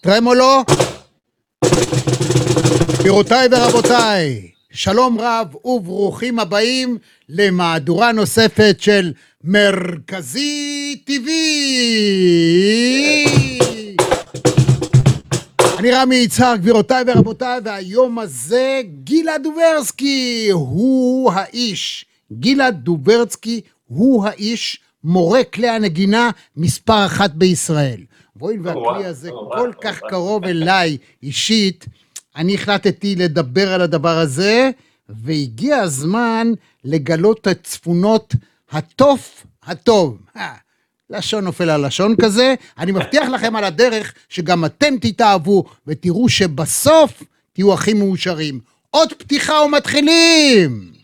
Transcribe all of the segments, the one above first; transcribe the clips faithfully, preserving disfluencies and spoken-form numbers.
טרמולו, גבירותיי ורבותיי, שלום רב וברוכים הבאים למהדורה נוספת של מרכזי טבעי. אני רמי יצהר, גבירותיי ורבותיי, והיום הזה גלעד דוברסקי הוא האיש. גלעד דוברסקי הוא האיש, מורה כלי הנגינה מספר אחת בישראל. והואיל והכלי הזה כל כך קרוב אליי אישית, אני החלטתי לדבר על הדבר הזה, והגיע הזמן לגלות את צפונות התוף הטוב. לשון נופל על לשון כזה, אני מבטיח לכם על הדרך שגם אתם תתאהבו, ותראו שבסוף תהיו הכי מאושרים. עוד פתיחה ומתחילים!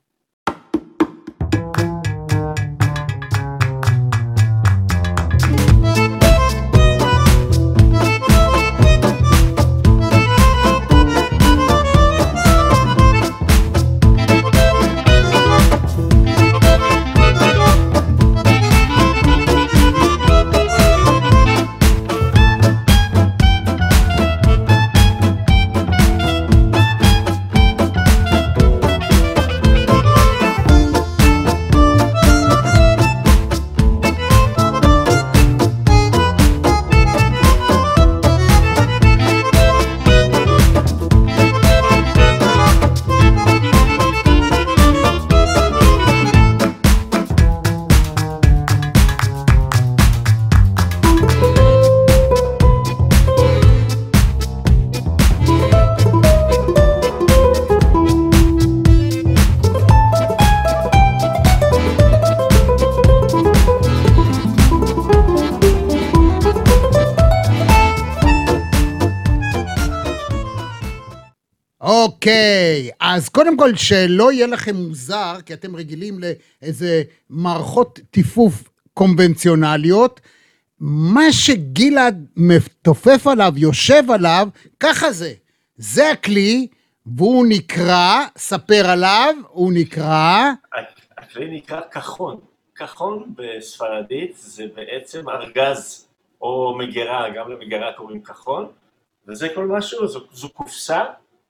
אוקיי, אז קודם כל שלא יהיה לכם מוזר, כי אתם רגילים לאיזה מערכות טיפוף קונבנציונליות, מה שגלעד מתופף עליו, יושב עליו, ככה זה. זה הכלי, והוא נקרא, ספר עליו, הוא נקרא... הכלי נקרא כחון. כחון בספרדית זה בעצם ארגז או מגירה, גם למגירה קוראים כחון, וזה כל משהו, זו, זו קופסה,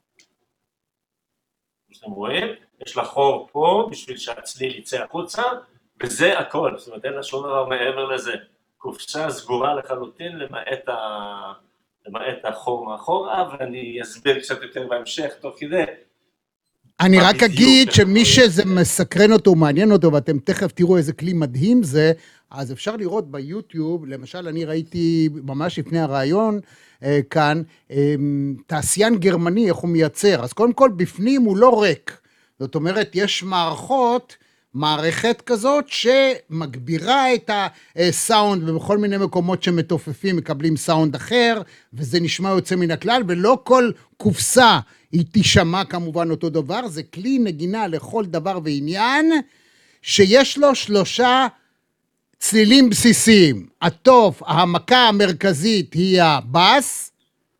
אתם רואים, יש לה חור פה בשביל שהצליל יצא החוצה, וזה הכל, זאת אומרת אין לה שום דבר מעבר לזה, קופסה סגורה לחלוטין למעט, ה... למעט החור מאחורה, ואני אסביר קצת יותר בהמשך תוך כדי. אני רק אגיד שמי שזה מסקרן אותו, מעניין אותו, ואתם תכף תראו איזה כלי מדהים זה, אז אפשר לראות ביוטיוב, למשל אני ראיתי ממש לפני הרעיון, כאן, תעשיין גרמני, איך הוא מייצר, אז קודם כל בפנים הוא לא ריק, זאת אומרת יש מערכות, מערכת כזאת שמגבירה את הסאונד, ובכל מיני מקומות שמתופפים מקבלים סאונד אחר, וזה נשמע יוצא מן הכלל, ולא כל קופסה היא תשמע כמובן אותו דבר, זה כלי נגינה לכל דבר ועניין, שיש לו שלושה צלילים בסיסיים. הטוף, המכה המרכזית היא הבאס,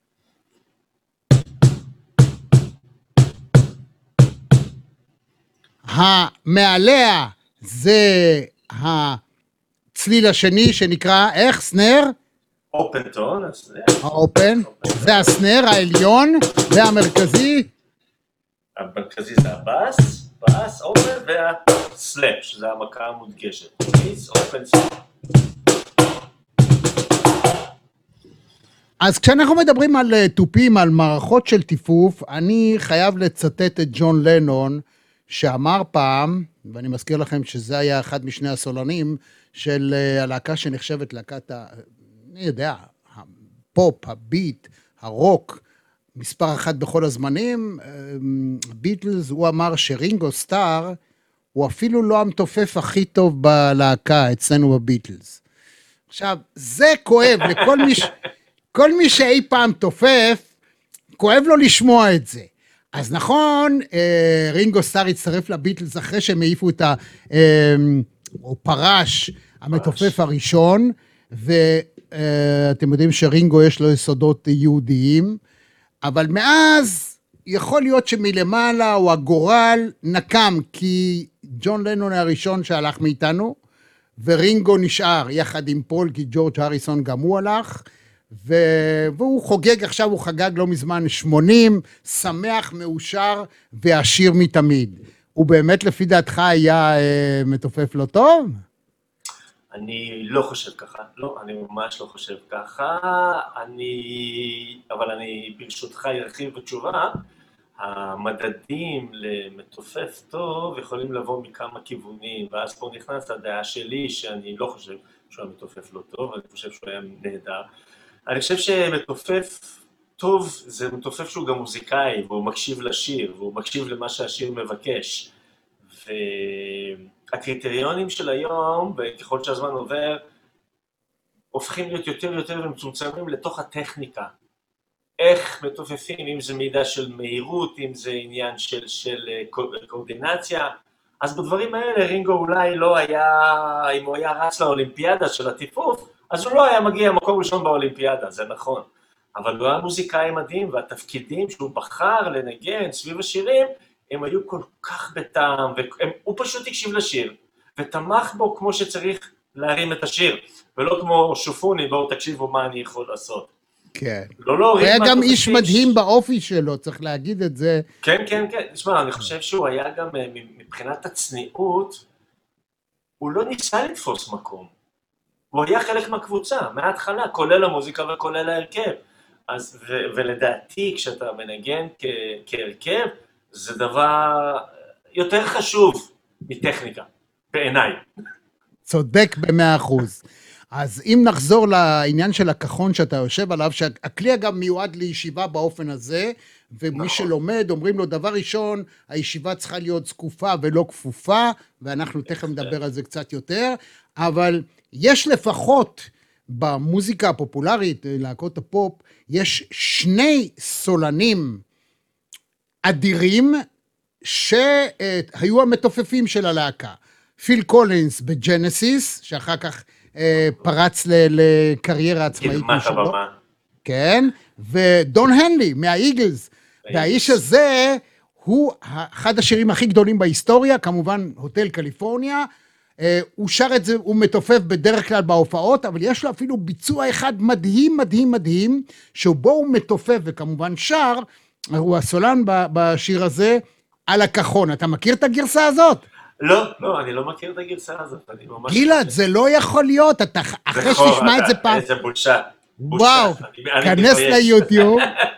המעליה זה הצליל השני שנקרא, איך? סנר? אופן טון, הסנר. האופן, זה הסנר העליון, זה המרכזי. המרכזי זה הבאס, באס, אופן, והסלאפ, שזה המכה המודגשת. באס, אופן, סלאפ. אז כשאנחנו מדברים על טופים, על מערכות של טיפוף, אני חייב לצטט את ג'ון לנון, שאמר פעם, ואני מזכיר לכם שזה היה אחד משני הסולנים, של הלהקה שנחשבת להקת, אני יודע, הפופ, הביט, הרוק, מספר אחת בכל הזמנים, ביטלס, הוא אמר שרינגו סטאר, הוא אפילו לא המתופף הכי טוב בלהקה, אצלנו בביטלס. עכשיו, זה כואב לכל מי, כל מי שאי פעם תופף, כואב לו לשמוע את זה. אז נכון, רינגו סטאר הצטרף לביטלס אחרי שהם העיפו את ה... הוא פרש, המתופף הראשון, ואתם יודעים שרינגו יש לו יסודות יהודיים, אבל מאז יכול להיות שמלמעלה הוא הגורל נקם, כי ג'ון לנון הראשון שהלך מאיתנו, ורינגו נשאר יחד עם פול, כי ג'ורג' הריסון גם הוא הלך, והוא חוגג, עכשיו הוא חגג לא מזמן שמונים, שמח, מאושר ועשיר מתמיד. הוא באמת לפי דעתך היה אה, מתופף לא טוב? אני לא חושב ככה, לא, אני ממש לא חושב ככה, אני, אבל אני ברשותך ארחיב בתשובה, המדדים למתופף טוב יכולים לבוא מכמה כיוונים, ואז פה נכנס הדעה שלי שאני לא חושב שהוא היה מתופף לא טוב, אני חושב שהוא היה נהדר. אני חושב שמתופף טוב זה מתופף שהוא גם מוזיקאי, והוא מקשיב לשיר, והוא מקשיב למה שהשיר מבקש. והקריטריונים של היום, וככל שהזמן עובר, הופכים להיות יותר ויותר ומצומצמים לתוך הטכניקה. איך מתופפים, אם זה מידע של מהירות, אם זה עניין של, של קואורדינציה, אז בדברים האלה רינגו אולי לא היה, אם הוא היה רץ לאולימפיאדה של הטיפוף, אז הוא לא היה מגיע מקום ראשון באולימפיאדה, זה נכון. אבל הוא היה מוזיקאי מדהים, והתפקידים שהוא בחר לנגן סביב השירים, הם היו כל כך בטעם, והוא פשוט הקשיב לשיר, ותמך בו כמו שצריך להרים את השיר, ולא כמו שופוני, בואו תקשיבו מה אני יכול לעשות. כן. לא, לא, הוא היה גם מהתופפים איש מדהים באופי שלו, צריך להגיד את זה. כן, כן, כן. תשמע, אני חושב שהוא היה גם, מבחינת הצניעות, הוא לא ניסה לתפוס מקום. הוא היה חלק מהקבוצה, מההתחלה, כולל המוזיקה וכולל ההרכב. אז, ו, ולדעתי, כשאתה מנגן כ, כהרכב, זה דבר יותר חשוב מטכניקה, בעיניי. צודק במאה אחוז. אז אם נחזור לעניין של הכחון שאתה יושב עליו, שהכלי אגב מיועד לישיבה באופן הזה, ומי נכון. שלומד אומרים לו דבר ראשון, הישיבה צריכה להיות זקופה ולא כפופה, ואנחנו תכף נדבר על זה קצת יותר, אבל יש לפחות במוזיקה הפופולרית, להקות הפופ, יש שני סולנים אדירים שהיו המתופפים של הלהקה. פיל קולינס בג'נסיס, שאחר כך אה, פרץ ל- לקריירה עצמאית משלו. כן, ודון הנלי מהאיגלס. והאיש הזה הוא אחד השירים הכי גדולים בהיסטוריה, כמובן הוטל קליפורניה. אה, הוא שר את זה, הוא מתופף בדרך כלל בהופעות, אבל יש לו אפילו ביצוע אחד מדהים, מדהים, מדהים, שבו הוא מתופף וכמובן שר, הוא הסולן בשיר הזה, על הכחון. אתה מכיר את הגרסה הזאת? לא, לא, אני לא מכיר את הגרסה הזאת, אני ממש... גלעד, זה לא יכול להיות, אתה אחרי שתשמע את זה פעם... איזה בושה. וואו, כנס ליוטיוב,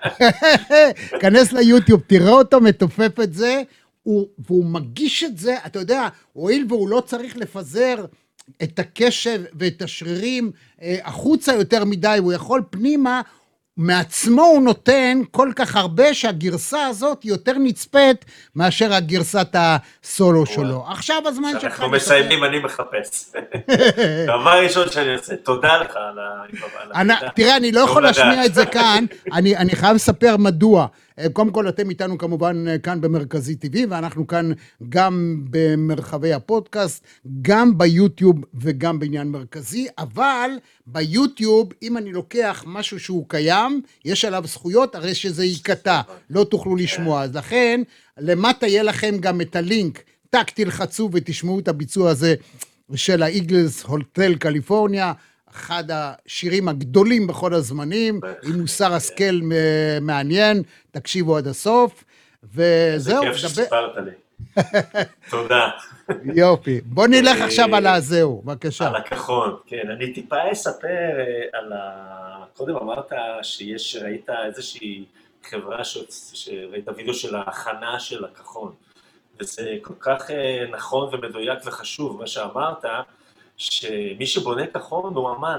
כנס ליוטיוב, תראה אותו מתופף את זה, והוא מגיש את זה, אתה יודע, הואיל והוא לא צריך לפזר את הקשב ואת השרירים החוצה יותר מדי, הוא יכול פנימה, מעצמו הוא נותן כל כך הרבה שהגרסה הזאת יותר נצפת מאשר הגרסת הסולו שלו. עכשיו הזמן שלך... אנחנו מסיימים, אני מחפש. דבר ראשון שאני עושה, תודה לך על ה... תראה, אני לא יכול להשמיע את זה כאן, אני חייב לספר מדוע. קודם כל, אתם איתנו כמובן כאן במרכזי טבעי, ואנחנו כאן גם במרחבי הפודקאסט, גם ביוטיוב וגם בעניין מרכזי, אבל ביוטיוב, אם אני לוקח משהו שהוא קיים, יש עליו זכויות, הרי שזה יקטע, לא תוכלו לשמוע. אז לכן, למטה יהיה לכם גם את הלינק, טק תלחצו ותשמעו את הביצוע הזה של האיגלס הוטל קליפורניה, אחד השירים הגדולים בכל הזמנים, עם מוסר השכל מעניין, תקשיבו עד הסוף, וזהו. איזה כיף שסיפרת לי. תודה. יופי. בוא נלך עכשיו על הזהו, בבקשה. על הכחון, כן. אני טיפה אספר על ה... קודם אמרת שיש, ראית איזושהי חברה שראית וידאו של ההכנה של הכחון, וזה כל כך נכון ומדויק וחשוב, מה שאמרת, שמי שבונה כחון הוא אמן,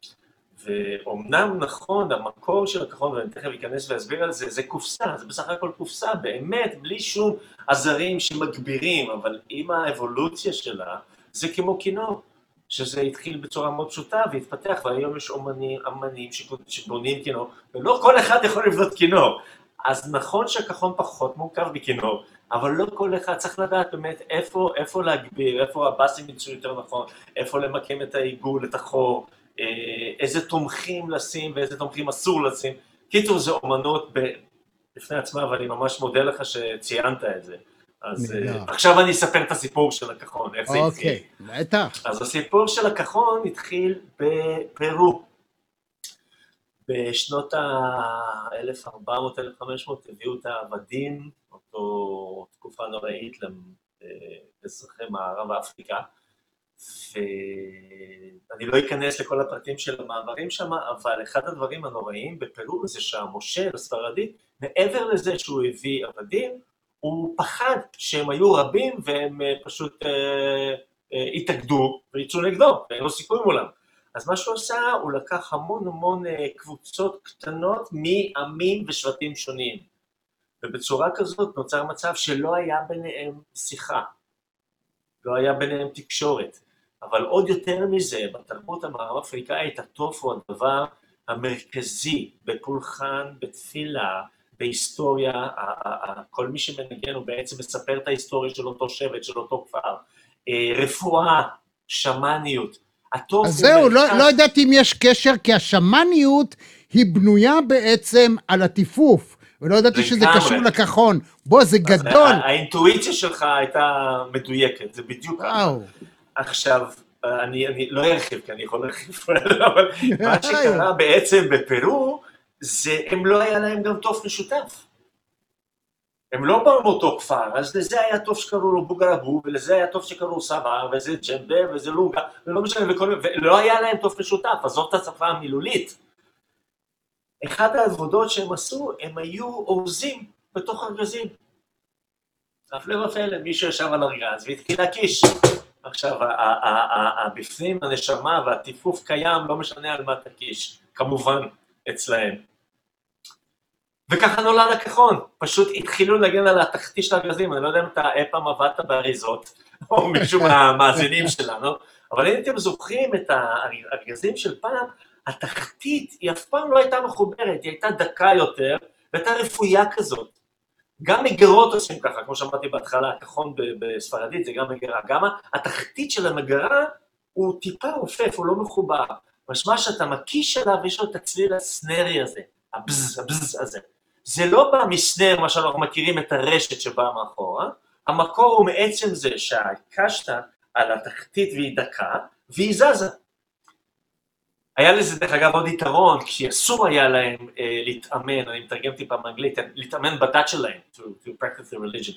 ואומנם נכון, המקור של הכחון, ואני תכף אכנס להסביר על זה, זה קופסה, זה בסך הכל קופסה, באמת, בלי שום עזרים שמגבירים, אבל עם האבולוציה שלה, זה כמו כינור, שזה התחיל בצורה מאוד פשוטה והתפתח, והיום יש אומנים, אמנים שבונים כינור, ולא כל אחד יכול לבנות כינור. אז נכון שהכחון פחות מורכב בכינור, אבל לא כל אחד צריך לדעת באמת איפה, איפה להגביר, איפה הבאסים יצאו יותר נכון, איפה למקם את העיגול, את החור, איזה תומכים לשים ואיזה תומכים אסור לשים. קיצור, זה אומנות בפני עצמה, ואני ממש מודה לך שציינת את זה. אז עכשיו אני אספר את הסיפור של הכחון, איך זה התחיל. אוקיי, בטח. אז הסיפור של הכחון התחיל בפרו. בשנות ה-אלף וארבע מאות עד אלף וחמש מאות הביאו את העבדים, אותו תקופה נוראית לאזרחי מערב אפריקה, ואני לא אכנס לכל הפרטים של המעברים שם, אבל אחד הדברים הנוראים בפרו זה שהמושל הספרדי, מעבר לזה שהוא הביא עבדים, הוא פחד שהם היו רבים והם פשוט אה, אה, התאגדו ויצאו נגדו, ואין לו סיכוי מולם. אז מה שהוא עשה, הוא לקח המון המון אה, קבוצות קטנות מעמים ושבטים שונים. ובצורה כזאת נוצר מצב שלא היה ביניהם שיחה, לא היה ביניהם תקשורת. אבל עוד יותר מזה, בתרבות המערב אפריקאית, הטוף הוא הדבר המרכזי בפולחן, בתפילה, בהיסטוריה, כל מי שמנגן הוא בעצם מספר את ההיסטוריה של אותו שבט, של אותו כפר, רפואה, שמניות. אז זהו, לא, לא ידעתי אם יש קשר, כי השמניות היא בנויה בעצם על הטיפוף, ולא ידעתי שזה קשור לקחון. בוא, זה גדול. האינטואיציה שלך הייתה מדויקת, זה בדיוק. וואו. עכשיו, אני, אני לא ארחיב, כי אני יכול להרחיב, אבל מה שקרה בעצם בפרו, זה הם לא היה להם גם טוב משותף. הם לא באו מאותו כפר, אז לזה היה טוב שקראו לו בוגרבו, ולזה היה טוב שקראו סבא, וזה ג'מבה, וזה לוגה, ולא משנה, וכל, ולא היה להם טוב משותף, עזוב את השפה המילולית. אחד העבודות שהם עשו, הם היו אורזים בתוך ארגזים. הפלא ופלא, מישהו ישב על ארגז והתחיל להקיש. עכשיו, הבפנים, הנשמה והטיפוף קיים, לא משנה על מה תקיש, כמובן אצלהם. וככה נולד הקחון, פשוט התחילו להגן על התחתית של הארגזים, אני לא יודע אם אתה אי פעם עבדת באריזות, או מישהו מהמאזינים שלנו, אבל אם אתם זוכרים את הארגזים של פעם, התחתית היא אף פעם לא הייתה מחוברת, היא הייתה דקה יותר, והייתה רפויה כזאת. גם מגרות עושים ככה, כמו שאמרתי בהתחלה, הקחון בספרדית זה גם מגרה, גם התחתית של המגרה הוא טיפה רופף, הוא לא מחובר, משמע שאתה מקיש עליו ויש לו את הצליל הסנרי הזה, הבז, הבז הזה. זה לא בא מסנר, מה שאנחנו מכירים את הרשת שבאה מאחורה, המקור הוא מעצם זה שהקשת על התחתית והיא דקה, והיא זזה. היה לזה דרך אגב עוד יתרון, כי אסור היה להם אה, להתאמן, אני מתרגם טיפה באנגלית, להתאמן בדת שלהם, to, to practice the religion,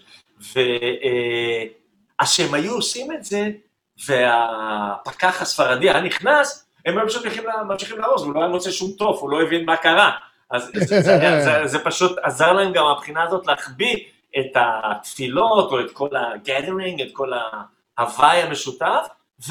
ואז שהם היו עושים את זה, והפקח הספרדי היה נכנס, הם היו פשוט ממשיכים לארוז, הוא לא היה מוצא שום טוב, הוא לא הבין מה קרה, אז זה, זה, זה, זה פשוט עזר להם גם מהבחינה הזאת להחביא את התפילות, או את כל ה-gathering, את כל ההוואי המשותף,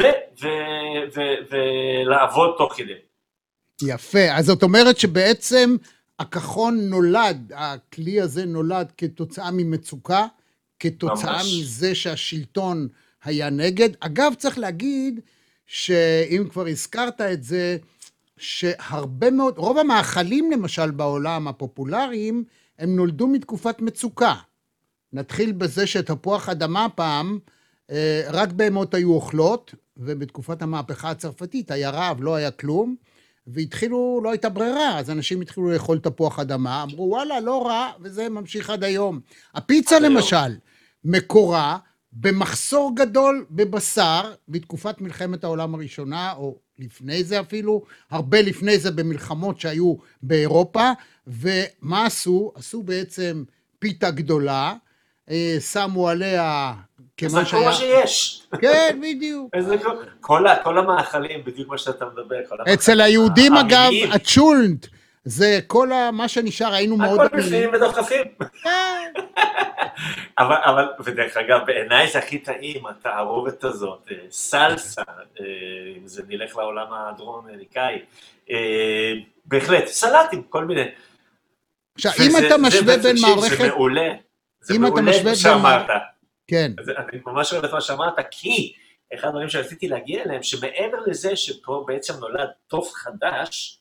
ולעבוד תוך כדי. יפה, אז זאת אומרת שבעצם הקחון נולד, הכלי הזה נולד כתוצאה ממצוקה, כתוצאה מזה שהשלטון היה נגד. אגב, צריך להגיד שאם כבר הזכרת את זה, שהרבה מאוד, רוב המאכלים למשל בעולם הפופולריים, הם נולדו מתקופת מצוקה. נתחיל בזה שתפוח אדמה פעם, רק בהמות היו אוכלות, ובתקופת המהפכה הצרפתית היה רעב, לא היה כלום, והתחילו, לא הייתה ברירה, אז אנשים התחילו לאכול תפוח אדמה, אמרו וואלה, לא רע, וזה ממשיך עד היום. הפיצה למשל, היום. מקורה במחסור גדול בבשר, בתקופת מלחמת העולם הראשונה, או לפני זה אפילו, הרבה לפני זה במלחמות שהיו באירופה, ומה עשו? עשו בעצם פיתה גדולה, שמו עליה זה כל מה שיש. כן, בדיוק. כל המאכלים, בדיוק מה שאתה מדבר. אצל היהודים אגב, הצ'ולנט, זה כל מה שנשאר, היינו מאוד... הכל בפנים ודוחפים. אבל, ודרך אגב, בעיניי זה הכי טעים, התערובת הזאת, סלסה, אם זה נלך לעולם הדרום-אמריקאי, בהחלט, סלטים, כל מיני. עכשיו, אם אתה משווה בין מערכת... זה מעולה. זה מעולה מה שאמרת. כן. אני ממש אוהב את מה שאמרת, כי אחד הדברים שרציתי להגיע אליהם, שמעבר לזה שפה בעצם נולד טוב חדש,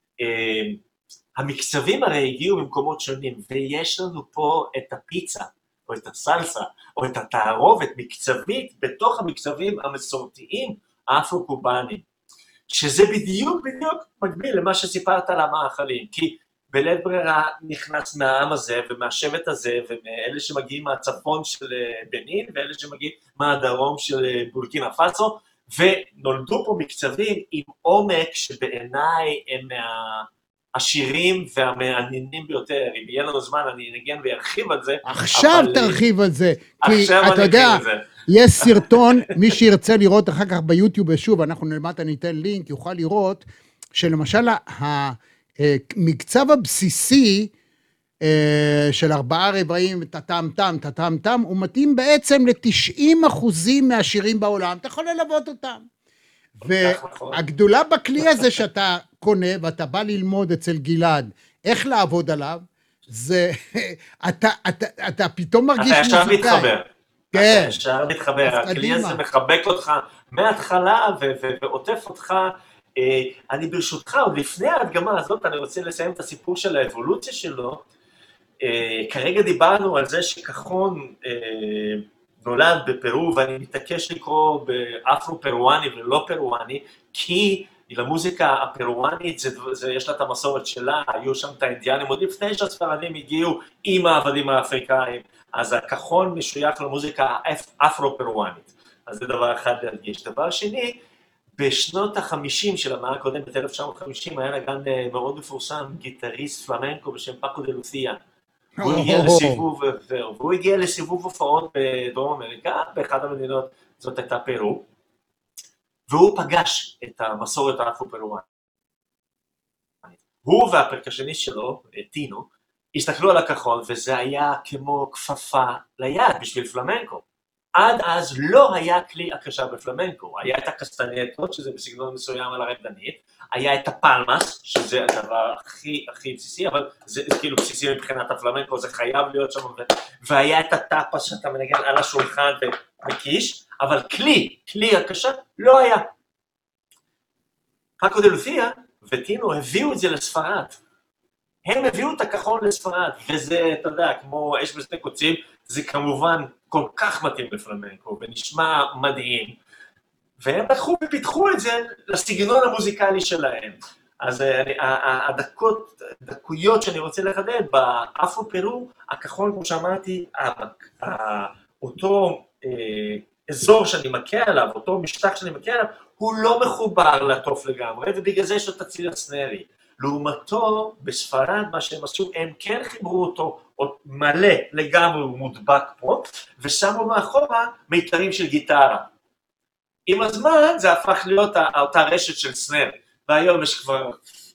המקצבים הרי הגיעו במקומות שונים, ויש לנו פה את הפיצה, או את הסלסה, או את התערובת מקצבית, בתוך המקצבים המסורתיים האפרו-קובנים, שזה בדיוק בדיוק מקביל למה שסיפרת על המאכלים, כי בלית ברירה נכנס מהעם הזה ומהשבט הזה, ומאלה שמגיעים מהצפון של בנין, ואלה שמגיעים מהדרום של בורקינה פאסו, ונולדו פה מקצבים עם עומק שבעיניי הם מה... השירים והמעניינים ביותר. אם יהיה לנו זמן, אני אנגן וירחיב על זה. עכשיו אבל... תרחיב על זה. כי עכשיו אתה יודע, זה. יש סרטון, מי שירצה לראות אחר כך ביוטיוב, שוב, אנחנו למטה ניתן לינק, יוכל לראות, שלמשל המקצב הבסיסי של ארבעה רבעים, תתם תם, תתם תם, הוא מתאים בעצם ל-תשעים אחוזים מהשירים בעולם, אתה יכול ללוות אותם. והגדולה בכלי הזה שאתה קונה, ואתה בא ללמוד אצל גלעד, איך לעבוד עליו, זה, אתה, אתה, אתה פתאום מרגיש מוזיקאי. אתה ישר מתחבר. כן. אתה ישר מתחבר. הכלי הזה מחבק אותך מההתחלה ועוטף אותך. אני ברשותך, עוד לפני ההדגמה הזאת, אני רוצה לסיים את הסיפור של האבולוציה שלו. כרגע דיברנו על זה שכחון נולד בפרו, ואני מתעקש לקרוא באפרו-פרואני ולא פרואני, כי למוזיקה הפרואנית, זה, זה, יש לה את המסורת שלה, היו שם את האינדיאנים, עוד לפני שהספרדים הגיעו עם העבדים האפריקאים, אז הכחון משוייך למוזיקה האפרו-פרואנית. אז זה דבר אחד להדגיש. דבר שני, בשנות החמישים של המאה הקודמת, אלף תשע מאות וחמישים, היה נגן מאוד מפורסם, גיטריסט פלמנקו בשם פאקו דה לוסיה. הוא הגיע לסיבוב, והוא הגיע לסיבוב הופעות בדרום אמריקה, באחד המדינות, זאת הייתה פרו, והוא פגש את המסורת האפרו-פרואנית. הוא והפרקשניסט שלו, טינו, הסתכלו על הכחול, וזה היה כמו כפפה ליד בשביל פלמנקו. עד אז לא היה כלי הקשה בפלמנקו, היה את הקסטנטות, שזה בסגנון מסוים על הרקדנית, היה את הפלמס, שזה הדבר הכי הכי בסיסי, אבל זה, זה כאילו בסיסי מבחינת הפלמנקו, זה חייב להיות שם, והיה את הטאפס שאתה מנגן על השולחן ומקיש, אבל כלי, כלי הקשה, לא היה. פאקו דה לוסיה וטינו הביאו את זה לספרד, הם הביאו את הכחול לספרד, וזה, אתה יודע, כמו אש בשני קוצים, זה כמובן כל כך מתאים לפלמנקו, ונשמע מדהים, והם לקחו ופיתחו את זה לסגנון המוזיקלי שלהם. אז אני, הדקות, דקויות שאני רוצה לחדד, באפרו-פרו, הכחול, כמו שאמרתי, אותו אזור שאני מכה עליו, אותו משטח שאני מכה עליו, הוא לא מחובר לטוף לגמרי, ובגלל זה יש לו תציל הסנרי. לעומתו, בספרד, מה שהם עשו, הם כן חיברו אותו מלא לגמרי, הוא מודבק פה, ושמו מאחורה מיתרים של גיטרה. עם הזמן זה הפך להיות אותה רשת של סנר, והיום יש כבר,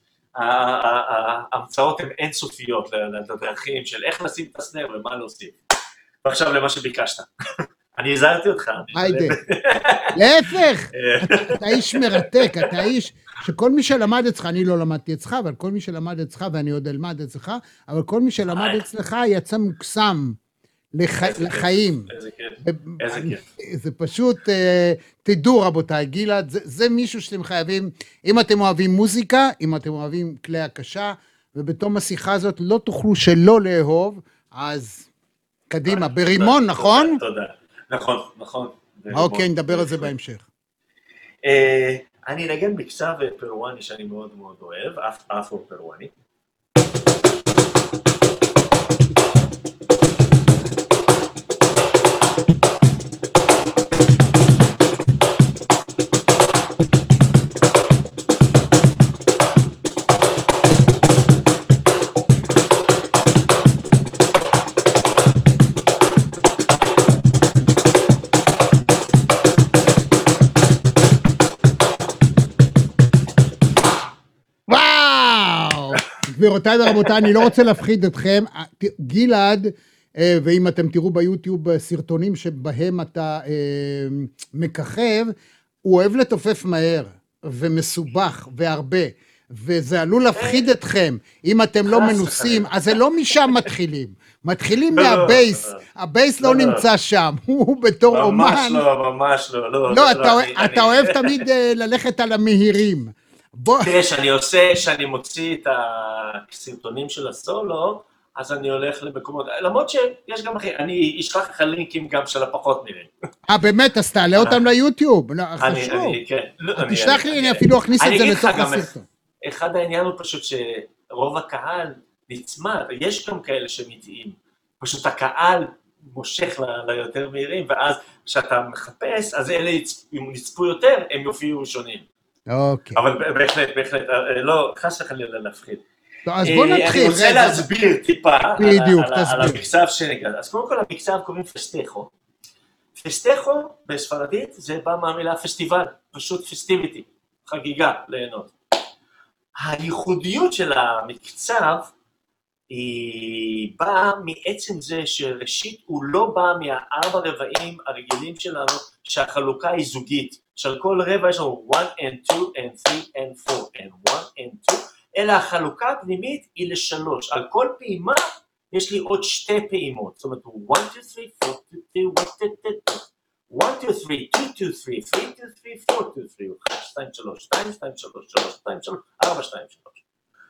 ההמצאות הן אינסופיות לדרכים של איך לשים את הסנר ומה להוסיף. ועכשיו למה שביקשת. אני הזהרתי אותך. היידה. להפך, אתה איש מרתק, אתה איש שכל מי שלמד אצלך, אני לא למדתי אצלך, אבל כל מי שלמד אצלך, ואני עוד אלמד אצלך, אבל כל מי שלמד אצלך יצא מוקסם לחיים. איזה כיף, איזה כיף. זה פשוט, תדעו רבותיי, גלעד, זה מישהו שאתם חייבים, אם אתם אוהבים מוזיקה, אם אתם אוהבים כלי הקשה, ובתום השיחה הזאת לא תוכלו שלא לאהוב, אז קדימה, ברימון, נכון? תודה, נכון, נכון. אוקיי, נדבר על זה בהמשך. אני נגן מקצב פרואני שאני מאוד מאוד אוהב, אפרו-פרואני. גבירותיי ורבותיי, אני לא רוצה להפחיד אתכם, גלעד, ואם אתם תראו ביוטיוב סרטונים שבהם אתה מככב, הוא אוהב לתופף מהר ומסובך והרבה, וזה עלול להפחיד אתכם, אם אתם לא מנוסים, אז זה לא משם מתחילים, מתחילים מהבייס, הבייס לא נמצא שם, הוא בתור אומן. ממש לא, ממש לא, לא. לא, אתה אוהב תמיד ללכת על המהירים. תראה, שאני עושה, שאני מוציא את הסרטונים של הסולו, אז אני הולך למקומות, למרות שיש גם אחרי, אני אשלח לך לינקים גם של הפחות נראים. אה, באמת? אז תעלה אותם ליוטיוב, חשוב. תשלח לי, אני אפילו אכניס את זה לתוך הסרטון. אחד העניין הוא פשוט שרוב הקהל נצמד, יש גם כאלה שמתאים, פשוט הקהל מושך ליותר מהירים, ואז כשאתה מחפש, אז אלה נצפו יותר, הם יופיעו ראשונים. אוקיי. אבל בהחלט, בהחלט, לא, חס וחלילה להפחיד. אז בוא נתחיל. אני רוצה להסביר טיפה על המקצב שנגד. אז קודם כל המקצב קוראים פסטחו. פסטחו בספרדית זה בא מהמילה פסטיבל, פשוט פסטיביטי, חגיגה, ליהנות. הייחודיות של המקצב היא באה מעצם זה שראשית הוא לא בא מהארבע רבעים הרגילים שלנו שהחלוקה היא זוגית, של כל רבע יש לנו one and two and three and four and one and two, אלא החלוקה הפנימית היא לשלוש, על כל פעימה יש לי עוד שתי פעימות, זאת אומרת one, two, three, four, two, three, one, two, three, two, two, three, three, two, three, four, two, three, אחת, שתיים, שלוש, שתיים, שתיים, שלוש, שלוש, שתיים, שלוש, ארבע, שתיים, שלוש.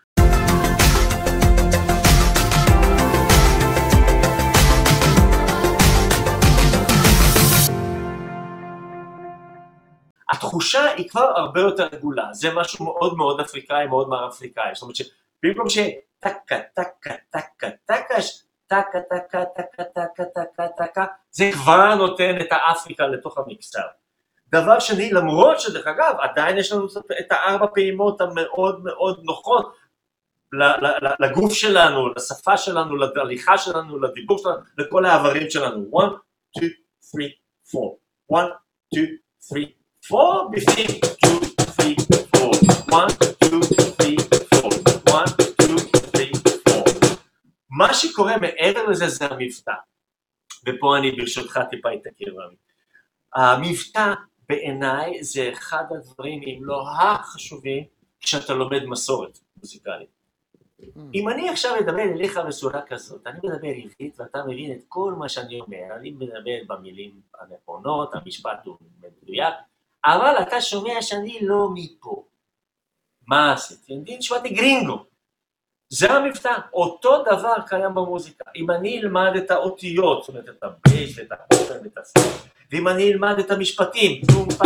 התחושה היא כבר הרבה יותר רגולה, זה משהו מאוד מאוד אפריקאי, מאוד מערב אפריקאי, זאת אומרת שבמקום שטקה, טקה, טקה, טקה, טקה, טקה, טקה, טקה, טקה, טקה, זה כבר נותן את האפריקה לתוך המקצב. דבר שני, למרות שדרך אגב, עדיין יש לנו את הארבע פעימות המאוד מאוד נוחות לגוף שלנו, לשפה שלנו, להליכה שלנו, לדיבור שלנו, לכל העברים שלנו. one, two, three, four. one, two, three, four. בפנים. two, three, four. one, two, three, four. one, two, three, four. מה שקורה מעבר לזה זה המבטא. ופה אני ברשותך טיפה אתעכב. המבטא בעיניי זה אחד הדברים, אם לא החשובים, כשאתה לומד מסורת מוזיקלית. אם אני עכשיו מדבר אליך בצורה כזאת, אני מדבר עברית ואתה מבין את כל מה שאני אומר, אני מדבר במילים הנכונות, המשפט הוא מדויק, אבל אתה שומע שאני לא מפה. מה עשיתי? אני נשמעתי גרינגו. זה המבטא. אותו דבר קיים במוזיקה. אם אני אלמד את האותיות, זאת אומרת את הבייס, את האופן, את הסוף, ואם אני אלמד את המשפטים,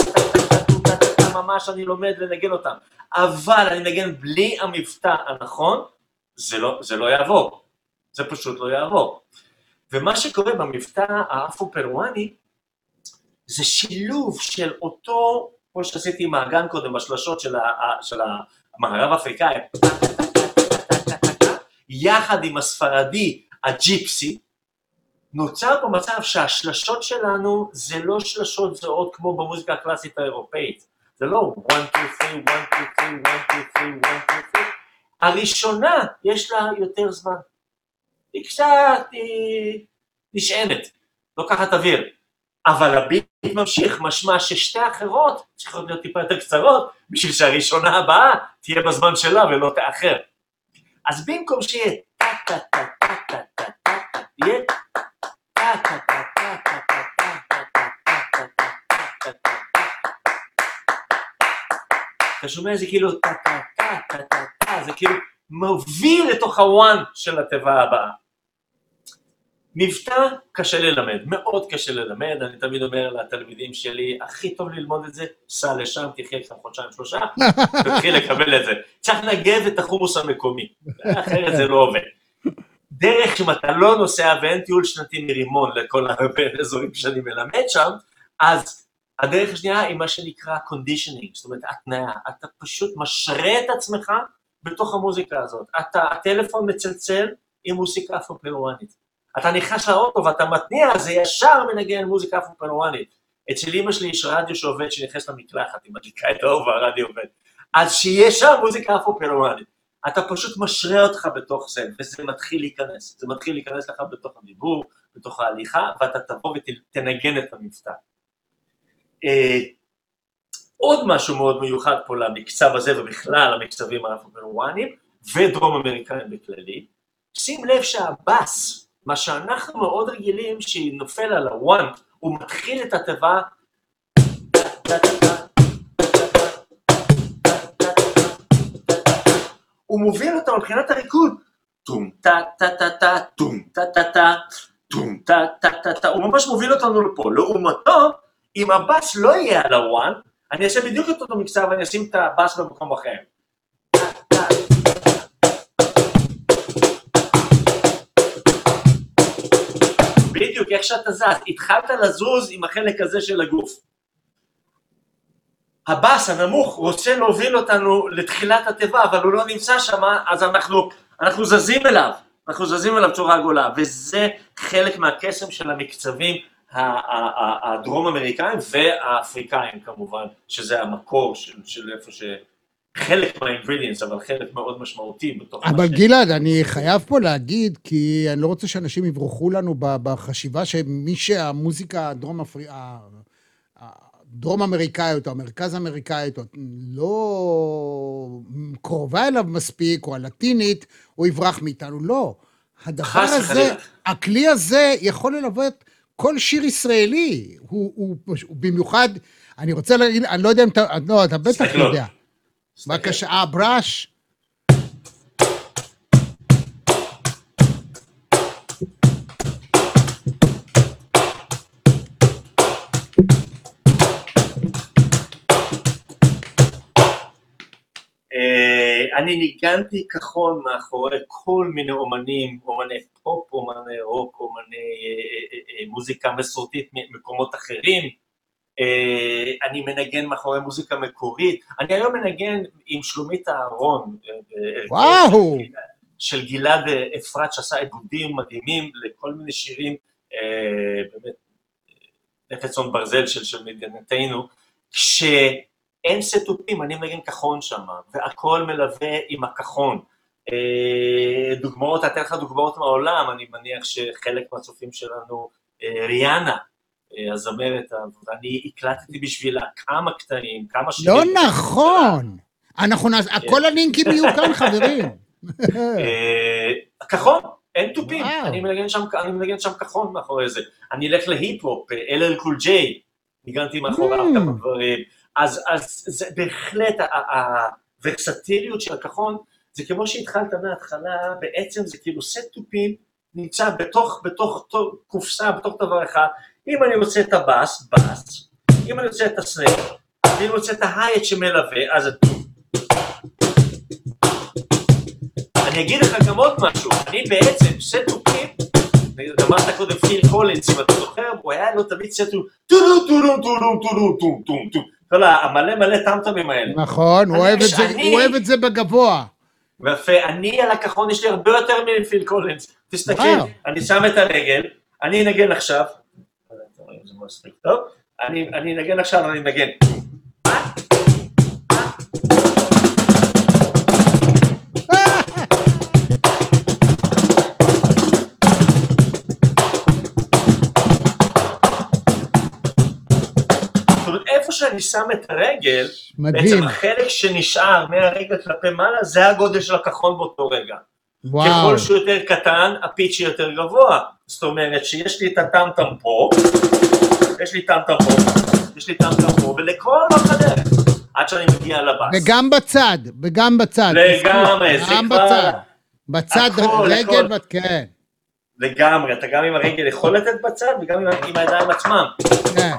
ממש אני לומד לנגן אותם, אבל אני נגן בלי המבטא הנכון, זה לא, זה לא יעבור. זה פשוט לא יעבור. ומה שקורה במבטא האפרו-פרואני, זה שילוב של אותו, כמו שעשיתי עם האגן קודם, בשלשות של, ה, של המערב אפריקאי, יחד עם הספרדי, הג'יפסי, נוצר פה מצב שהשלשות שלנו זה לא שלשות זהות כמו במוזיקה הקלאסית האירופאית. זה לא one, two, three, one, two, three, one, two, three, one, two, three. הראשונה יש לה יותר זמן. היא קצת נשענת, לוקחת אוויר. אבל הביט ממשיך, משמע ששתי האחרות צריכות להיות טיפה יותר קצרות, בשביל שהראשונה הבאה תהיה בזמן שלה ולא תאחר. אז במקום שיהיה טה טה טה טה טה טה טה טה, יהיה טה טה טה טה טה טה טה טה טה טה טה. אתה שומע זה כאילו טה טה טה טה טה טה, זה כאילו מוביל לתוך הוואן של התיבה הבאה. מבטא קשה ללמד, מאוד קשה ללמד, אני תמיד אומר לתלמידים שלי, הכי טוב ללמוד את זה, סע לשם, תחיה קצת חודשיים שלושה, תתחיל לקבל את זה. צריך לנגב את החומוס המקומי, אחרת זה לא עובד. דרך אם אתה לא נוסע ואין טיול שנתי מרימון לכל האזורים שאני מלמד שם, אז הדרך השנייה היא מה שנקרא conditioning, זאת אומרת, התנאה, אתה פשוט משרה את עצמך בתוך המוזיקה הזאת. אתה, הטלפון מצלצל עם מוזיקה אפרו-פרואנית. אתה נכנס לאוטו ואתה מתניע, זה ישר מנגן מוזיקה אפרו-פרואנית. אצל אמא שלי יש רדיו שעובד שנכנס למקלחת, היא מדליקה את האור והרדיו עובד. אז שיש שם מוזיקה אפרו-פרואנית. אתה פשוט משרה אותך בתוך זה, וזה מתחיל להיכנס. זה מתחיל להיכנס לך בתוך הדיבור, בתוך ההליכה, ואתה תבוא ותנגן את המבטא. עוד משהו מאוד מיוחד פה למקצב הזה, ובכלל המקצבים האפרו-פרואניים, ודרום אמריקאים בכללי, שים לב שהבאס, מה שאנחנו מאוד רגילים שנופל על הוואן, הוא מתחיל את התיבה, הוא מוביל אותה מבחינת הריקוד, טום טה טה טה טה, טום טה טה טה, טום טה טה טה טה, הוא ממש מוביל אותנו לפה. לעומתו, אם הבאס לא יהיה על הוואן, אני אעשה בדיוק את אותו מקצב ואני אשים את הבאס במקום אחר. בדיוק, איך שאתה זז, התחלת לזוז עם החלק הזה של הגוף. הבאס הנמוך רוצה להוביל אותנו לתחילת התיבה, אבל הוא לא נמצא שם, אז אנחנו, אנחנו זזים אליו, אנחנו זזים אליו בצורה עגולה, וזה חלק מהקסם של המקצבים הדרום אמריקאים והאפריקאים כמובן, שזה המקור של, של איפה ש... חלק מהאינגרידיאנס, אבל חלק מאוד משמעותי בתוך... אבל גלעד, אני חייב פה להגיד, כי אני לא רוצה שאנשים יברחו לנו בחשיבה שמי שהמוזיקה הדרום אפרי... הדרום אמריקאיות, או המרכז אמריקאיות, לא קרובה אליו מספיק, או הלטינית, הוא יברח מאיתנו. לא. הדבר הזה, הכלי הזה יכול ללוות כל שיר ישראלי. הוא, הוא, הוא במיוחד, אני רוצה להגיד, אני לא יודע אם אתה, לא, אתה בטח יודע. בבקשה, אה, בראש. אני ניגנתי כחון מאחורי כל מיני אומנים, אומני פופ, אומני רוק, אומני מוזיקה מסורתית ממקומות אחרים, אני מנגן מאחורי מוזיקה מקורית, אני היום מנגן עם שלומית אהרון, וואו! של גלעד אפרת שעשה עיבודים מדהימים לכל מיני שירים, באמת, נפצון ברזל של מדינתנו, כש... אין סטופים, אני מנגן כחון שם, והכל מלווה עם הכחון. דוגמאות, אתן לך דוגמאות מהעולם, אני מניח שחלק מהצופים שלנו, ריאנה, הזמרת, אני הקלטתי בשבילה כמה קטעים, כמה שירים. לא נכון! אנחנו נעשה, כל הלינקים יהיו כאן, חברים. כחון, אין טופים, אני מנגן שם כחון מאחורי זה. אני אלך להיפ-הופ, אל אל קול ג'יי, ניגנתי מאחוריו כמה דברים. אז, אז זה בהחלט, הוורסטיליות של הכחון, זה כמו שהתחלת מההתחלה, בעצם זה כאילו סט טופים, נמצא בתוך, בתוך קופסה, בתוך דבר אחד, אם אני רוצה את הבאס, באס, אם אני רוצה את הסנר, אם אני רוצה את ההייט שמלווה, אז את... אני אגיד לך גם עוד משהו, אני בעצם סט טופים, אמרת קודם פיל קולינס, אם אתה זוכר, הוא היה לו תמיד סט טופים, טו-דו, טו-דו, טו-דו, טו-דו, טו-דו, טו-דו, כל המלא מלא טמטמים האלה. נכון, הוא אוהב את זה בגבוה. ויפה, אני על הכחון יש לי הרבה יותר מפיל קולינס. תסתכל, אני שם את הרגל, אני אנגן עכשיו, אני אנגן עכשיו, אני אנגן. שאני שם את הרגל, מדהים. בעצם החלק שנשאר מהרגל כלפי מעלה, זה הגודל של הכחון באותו רגע. וואו. ככל שהוא יותר קטן, הפיץ' יותר גבוה. זאת אומרת שיש לי את הטמטם פה, יש לי טמטם פה, יש לי טמטם פה, ולכל החדרך, עד שאני מגיע לבאס. וגם בצד, וגם בצד. לגמרי, זה גם כבר... בצד, בצד הכל, רגל, הכל. כן. לגמרי, אתה גם עם הרגל יכול לתת בצד, וגם עם, עם הידיים עצמם. כן.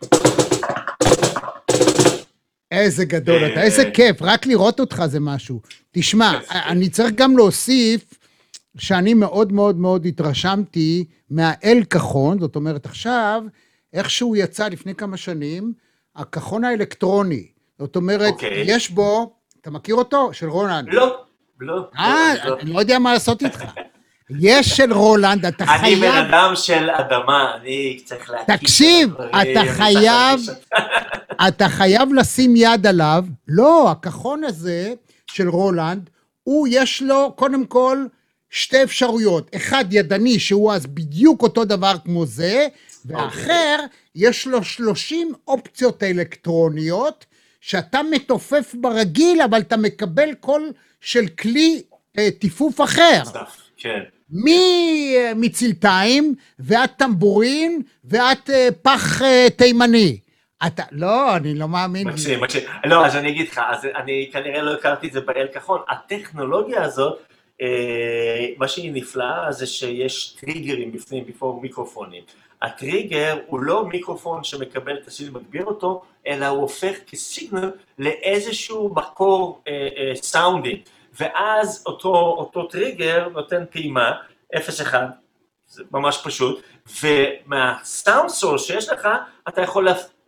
איזה גדול אתה, איזה כיף, רק לראות אותך זה משהו. תשמע, אני צריך גם להוסיף שאני מאוד מאוד מאוד התרשמתי מהאל כחון, זאת אומרת עכשיו, איכשהו יצא לפני כמה שנים, הכחון האלקטרוני, זאת אומרת, יש בו, אתה מכיר אותו? של רולנד? לא, לא. אה, אני לא יודע מה לעשות איתך. יש של רולנד, אתה חייב... אני בן אדם של אדמה, אני צריך להקיש... תקשיב, אתה חייב... אתה חייב לשים יד עליו, לא, הכחון הזה של רולנד, הוא יש לו קודם כל שתי אפשרויות, אחד ידני שהוא אז בדיוק אותו דבר כמו זה, ואחר יש לו שלושים אופציות אלקטרוניות, שאתה מתופף ברגיל, אבל אתה מקבל קול של כלי אה, טיפוף אחר. כן. מצלתיים, ועד טמבורין, ועד אה, פח אה, תימני. אתה, לא, אני לא מאמין. מקסים, מקסים. לא, אז אני אגיד לך, אז אני כנראה לא הכרתי את זה באל כחון. הטכנולוגיה הזאת, אה, מה שהיא נפלאה, זה שיש טריגרים בפנים, בפנים מיקרופונים. הטריגר הוא לא מיקרופון שמקבל את הסיגנל, מגביר אותו, אלא הוא הופך כסיגנל לאיזשהו מקור אה, אה, סאונדינג. ואז אותו, אותו טריגר נותן פעימה, אפס אחד, זה ממש פשוט, ומהסאונד סורס שיש לך, אתה יכול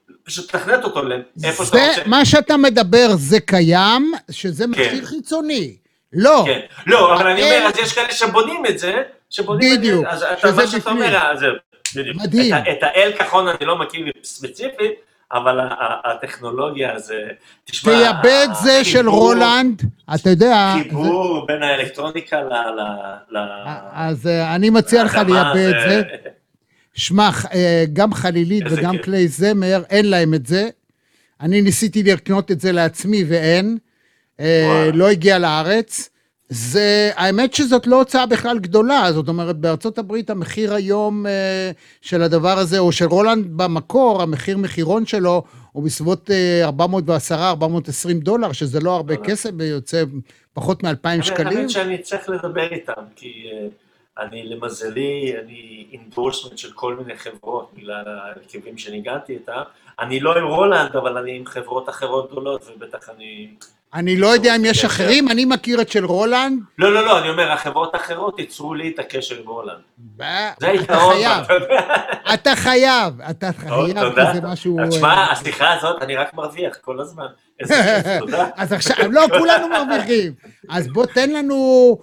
פשוט תכנת אותו לאיפה שאתה רוצה. מה שאתה מדבר זה קיים, שזה מכשיר כן. חיצוני. לא. כן. לא, אבל אני אומר, אז יש כאלה שבונים את זה, שבונים בדיוק, את זה, אז אתה, מה שאתה אומר, אז מדהים. את, את האל כחון אני לא מכיר ספציפית, אבל הטכנולוגיה זה, תשמע, תייבא את זה של רולנד, אתה יודע, חיבור זה... בין האלקטרוניקה ל... ל, ל... אז אני מציע לך לייבא את זה, שמע, גם חלילית וגם כלי זמר, אין להם את זה, אני ניסיתי לקנות את זה לעצמי ואין, לא הגיע לארץ, זה, האמת שזאת לא הוצאה בכלל גדולה, זאת אומרת, בארצות הברית המחיר היום אה, של הדבר הזה, או של רולנד במקור, המחיר מחירון שלו, הוא בסביבות אה, ארבע מאות ועשר ארבע מאות ועשרים דולר, שזה לא הרבה כסף, ויוצא פחות מ-אלפיים שקלים. האמת שאני צריך לדבר איתם, כי אה, אני למזלי, אני אינדורסמנט של כל מיני חברות, בגלל הרכיבים שניגעתי איתם, אני לא עם רולנד, אבל אני עם חברות אחרות גדולות, ובטח אני... אני לא יודע אם יש אחרים, אני מכיר את של רולנד. לא, לא, לא, אני אומר, החברות האחרות ייצרו לי את הקשר עם רולנד. זה היתרון. אתה חייב, אתה חייב, זה משהו... תשמע, הסליחה הזאת, אני רק מרוויח כל הזמן. איזה כיף, תודה. אז עכשיו, לא, כולנו מרוויחים. אז בוא תן לנו...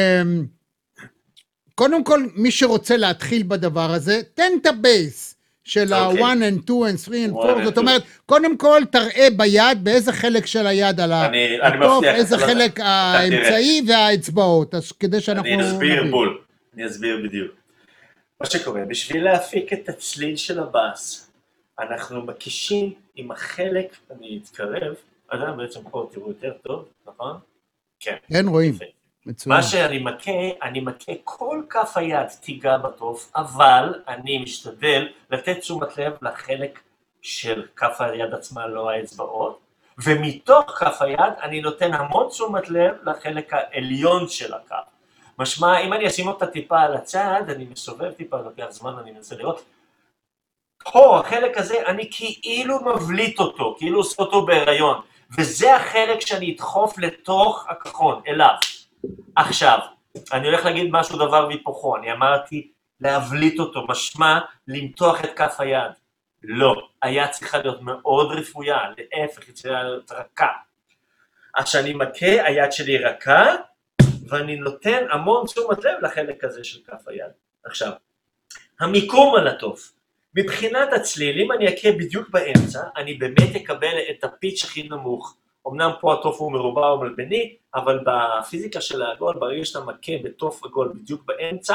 קודם כל, מי שרוצה להתחיל בדבר הזה, תן את הבייס. של ה-אחת and two and three and four, זאת אומרת, קודם כל תראה ביד באיזה חלק של היד על הטוב, איזה חלק האמצעי והאצבעות, כדי שאנחנו... אני אסביר בול, אני אסביר בדיוק. מה שקורה, בשביל להפיק את הצליל של הבאס, אנחנו מקישים עם החלק, אני אתקרב, אז בעצם פה תראו יותר טוב, נכון? כן. כן, רואים. מצוין. מה שאני מכה, אני מכה כל כף היד תיגע בטוף, אבל אני משתדל לתת תשומת לב לחלק של כף היד עצמה, לא האצבעות, ומתוך כף היד אני נותן המון תשומת לב לחלק העליון של הכף. משמע, אם אני אשים אותה טיפה על הצד, אני מסובב טיפה, לוקח זמן, אני מנסה לראות, פה, החלק הזה, אני כאילו מבליט אותו, כאילו עושה אותו בהיריון, וזה החלק שאני אדחוף לתוך הכחון, אליו. עכשיו, אני הולך להגיד משהו דבר והיפוכו, אני אמרתי להבליט אותו, משמע למתוח את כף היד. לא, היד צריכה להיות מאוד רפויה, להפך, היא צריכה להיות רכה. אז כשאני מכה, היד שלי רכה, ואני נותן המון תשומת לב לחלק הזה של כף היד. עכשיו, המיקום על הטוף, מבחינת הצליל, אם אני אכה בדיוק באמצע, אני באמת אקבל את הפיץ' הכי נמוך. אמנם פה הטוף הוא מרובע או מלבני, אבל בפיזיקה של העגול, ברגע שאתה מכה בטוף עגול בדיוק באמצע,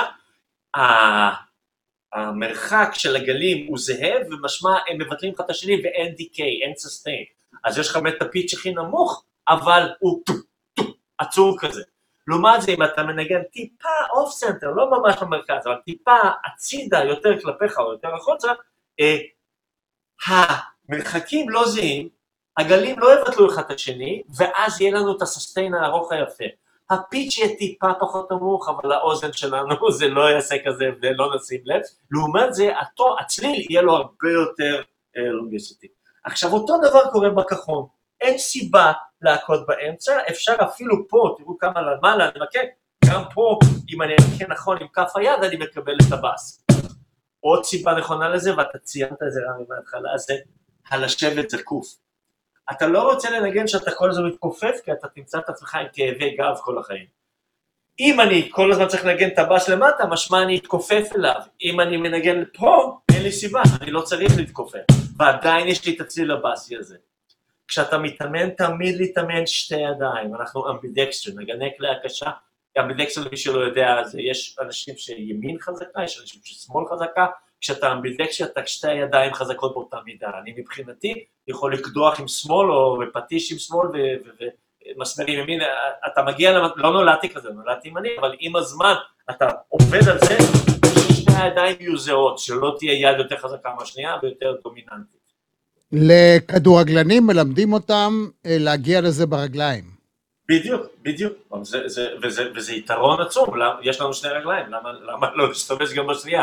המרחק של הגלים הוא זהה, ומשמע הם מבטלים אחד את השני ואין דיקיי, אין ססטיין. אז יש לך באמת את הפיץ' הכי נמוך, אבל הוא עצור כזה. לעומת זה, אם אתה מנגן טיפה אוף סנטר, לא ממש במרכז, אבל טיפה הצידה יותר כלפיך או יותר החוצה, אה, המרחקים לא זהים, הגלים לא יבטלו אחד את השני, ואז יהיה לנו את הססטיין הארוך היפה. הפיץ' יהיה טיפה פחות נמוך, אבל האוזן שלנו זה לא יעשה כזה ולא נשים לב. לעומת זה, הצליל יהיה לו הרבה יותר לונגיסיטי. עכשיו, אותו דבר קורה בכחון. אין סיבה להכות באמצע, אפשר אפילו פה, תראו כמה למעלה, אני מכה, גם פה, אם אני מכה נכון עם כף היד, אני מקבל את הבאס. עוד סיבה נכונה לזה, ואתה ציינת את זה רמי מההתחלה, זה הלשבת זקוף. אתה לא רוצה לנגן שאתה כל הזמן מתכופף, כי אתה תמצא את עצמך עם כאבי גב כל החיים. אם אני כל הזמן צריך לנגן את הבאס למטה, משמע אני אתכופף אליו. אם אני מנגן פה, אין לי סיבה, אני לא צריך להתכופף. ועדיין יש לי את הצליל הבאסי הזה. כשאתה מתאמן, תמיד להתאמן שתי ידיים. אנחנו אמבידקסטר, נגני כלי הקשה. אמבידקסטר, למי שלא יודע, זה יש אנשים שימין חזקה, יש אנשים ששמאל חזקה. כשאתה אמבידקסטר, אתה שתי הידיים חזקות באותה מידה. אני מבחינתי יכול לקדוח עם שמאל, או בפטיש עם שמאל, ומסמר עם ימין. אתה מגיע, לא נולדתי כזה, נולדתי ימני, אבל עם הזמן אתה עובד על זה, ששתי הידיים יהיו זהות, שלא תהיה יד יותר חזקה מהשנייה, ויותר דומיננטית. לכדורגלנים מלמדים אותם להגיע לזה ברגליים. בדיוק, בדיוק. זה, זה, וזה, וזה יתרון עצום, יש לנו שני רגליים, למה, למה לא להשתמש גם בשנייה?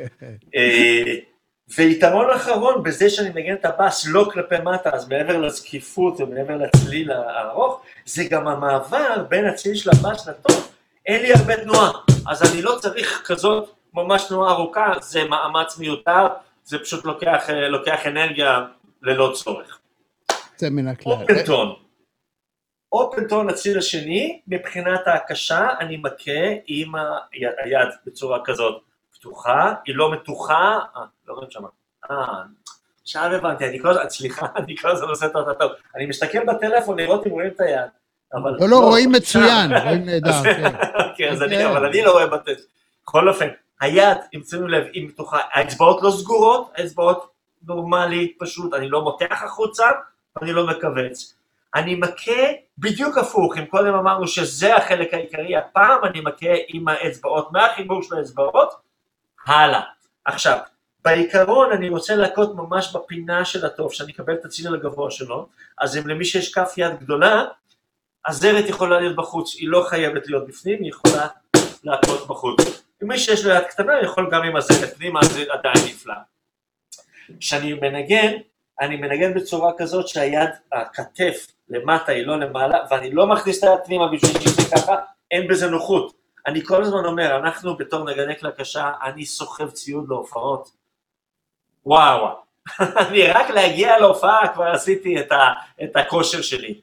ויתרון אחרון בזה שאני מנגן את הבאס לא כלפי מטה, אז מעבר לזקיפות ומעבר לצליל הארוך, זה גם המעבר בין הצליל של הבאס לטוב. אין לי הרבה תנועה, אז אני לא צריך כזאת ממש תנועה ארוכה, זה מאמץ מיותר, זה פשוט לוקח, לוקח אנרגיה ללא צורך. זה מן הכלל. אופנטון. אופנטון הציר השני, מבחינת ההקשה, אני מכה עם היד בצורה כזאת פתוחה, היא לא מתוחה, אה, לא רואים שמה, אה, עכשיו הבנתי, אני כל הזמן, סליחה, אני כל הזמן עושה את אותה טוב, אני מסתכל בטלפון לראות אם רואים את היד, אבל... לא, לא, רואים מצוין, רואים נהדר, כן. כן, אבל אני לא רואה בטלפון. בכל אופן, היד, אם שימו לב, היא מתוחה, האצבעות לא סגורות, האצבעות נורמלי, פשוט, אני לא מותח החוצה, אני לא מקווץ. אני מכה בדיוק הפוך, אם קודם אמרנו שזה החלק העיקרי, הפעם אני מכה עם האצבעות, מהחיבור של האצבעות, הלאה. עכשיו, בעיקרון אני רוצה להכות ממש בפינה של התוף, שאני אקבל את הצליל הגבוה שלו, אז אם למי שיש כף יד גדולה, הזרת יכולה להיות בחוץ, היא לא חייבת להיות בפנים, היא יכולה להכות בחוץ. ומי שיש לו יד קטנה, יכול גם עם הזרת פנימה, זה עדיין נפלא. כשאני מנגן, אני מנגן בצורה כזאת שהיד, הכתף למטה היא לא למעלה, ואני לא מכניס את היד פנימה בשביל שזה ככה, אין בזה נוחות. אני כל הזמן אומר, אנחנו בתור נגני כלי קשה, אני סוחב ציוד להופעות. וואו, אני רק להגיע להופעה, כבר עשיתי את, ה, את הכושר שלי.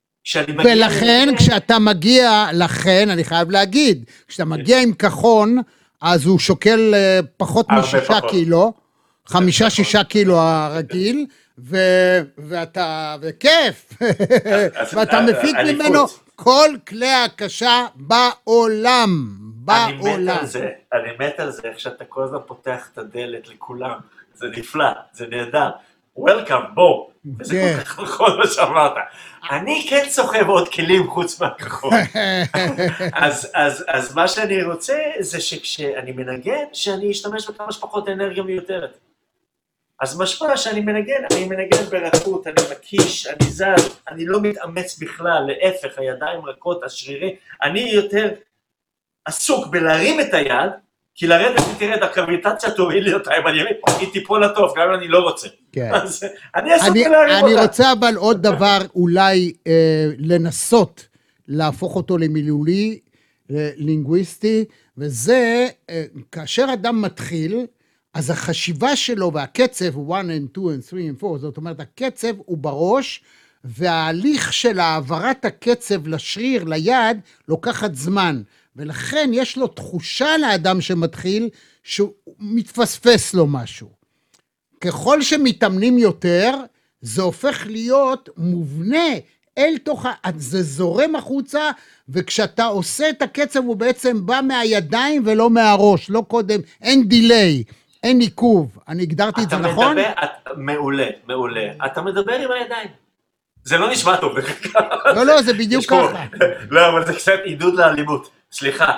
ולכן, מגיע... כשאתה מגיע, לכן, אני חייב להגיד, כשאתה מגיע עם כחון, אז הוא שוקל פחות משישה קילו, חמישה, שישה קילו הרגיל, ו... ואתה, וכיף, ואתה מפיק ממנו כל כלי הקשה בעולם, בעולם. אני מת על זה, אני מת על זה, איך שאתה כל הזמן פותח את הדלת לכולם, זה נפלא, זה נהדר, וולקאם, בוא, וזה כל כך נכון מה שאמרת, אני כן סוחב עוד כלים חוץ מהכחול, אז, אז, אז מה שאני רוצה זה שכשאני מנגן, שאני אשתמש בכמה שפחות אנרגיה מיותרת. אז משמע שאני מנגן, אני מנגן ברכות, אני מקיש, אני זז, אני לא מתאמץ בכלל, להפך, הידיים רכות, השרירים, אני יותר עסוק בלהרים את היד, כי לרדת היא תרד, הקרביטציה תוריד לי אותה, אם אני אבין, היא תיפול לטוב, גם אם אני לא רוצה. כן. אז אני עסוק בלהרים אותה. אני רוצה אבל עוד דבר, אולי אה, לנסות להפוך אותו למילולי, לינגוויסטי, וזה, אה, כאשר אדם מתחיל, אז החשיבה שלו והקצב הוא אחת, שתיים, שלוש וארבע, זאת אומרת, הקצב הוא בראש, וההליך של העברת הקצב לשריר, ליד, לוקחת זמן. ולכן יש לו תחושה לאדם שמתחיל, שהוא מתפספס לו משהו. ככל שמתאמנים יותר, זה הופך להיות מובנה אל תוך, זה זורם החוצה, וכשאתה עושה את הקצב, הוא בעצם בא מהידיים ולא מהראש, לא קודם, אין דיליי. אין עיכוב, אני הגדרתי את זה נכון? מדבר, את, מעולה, מעולה. אתה מדבר עם הידיים. זה לא נשמע טוב. לא, לא, זה בדיוק ככה. לא, אבל זה קצת עידוד לאלימות. סליחה.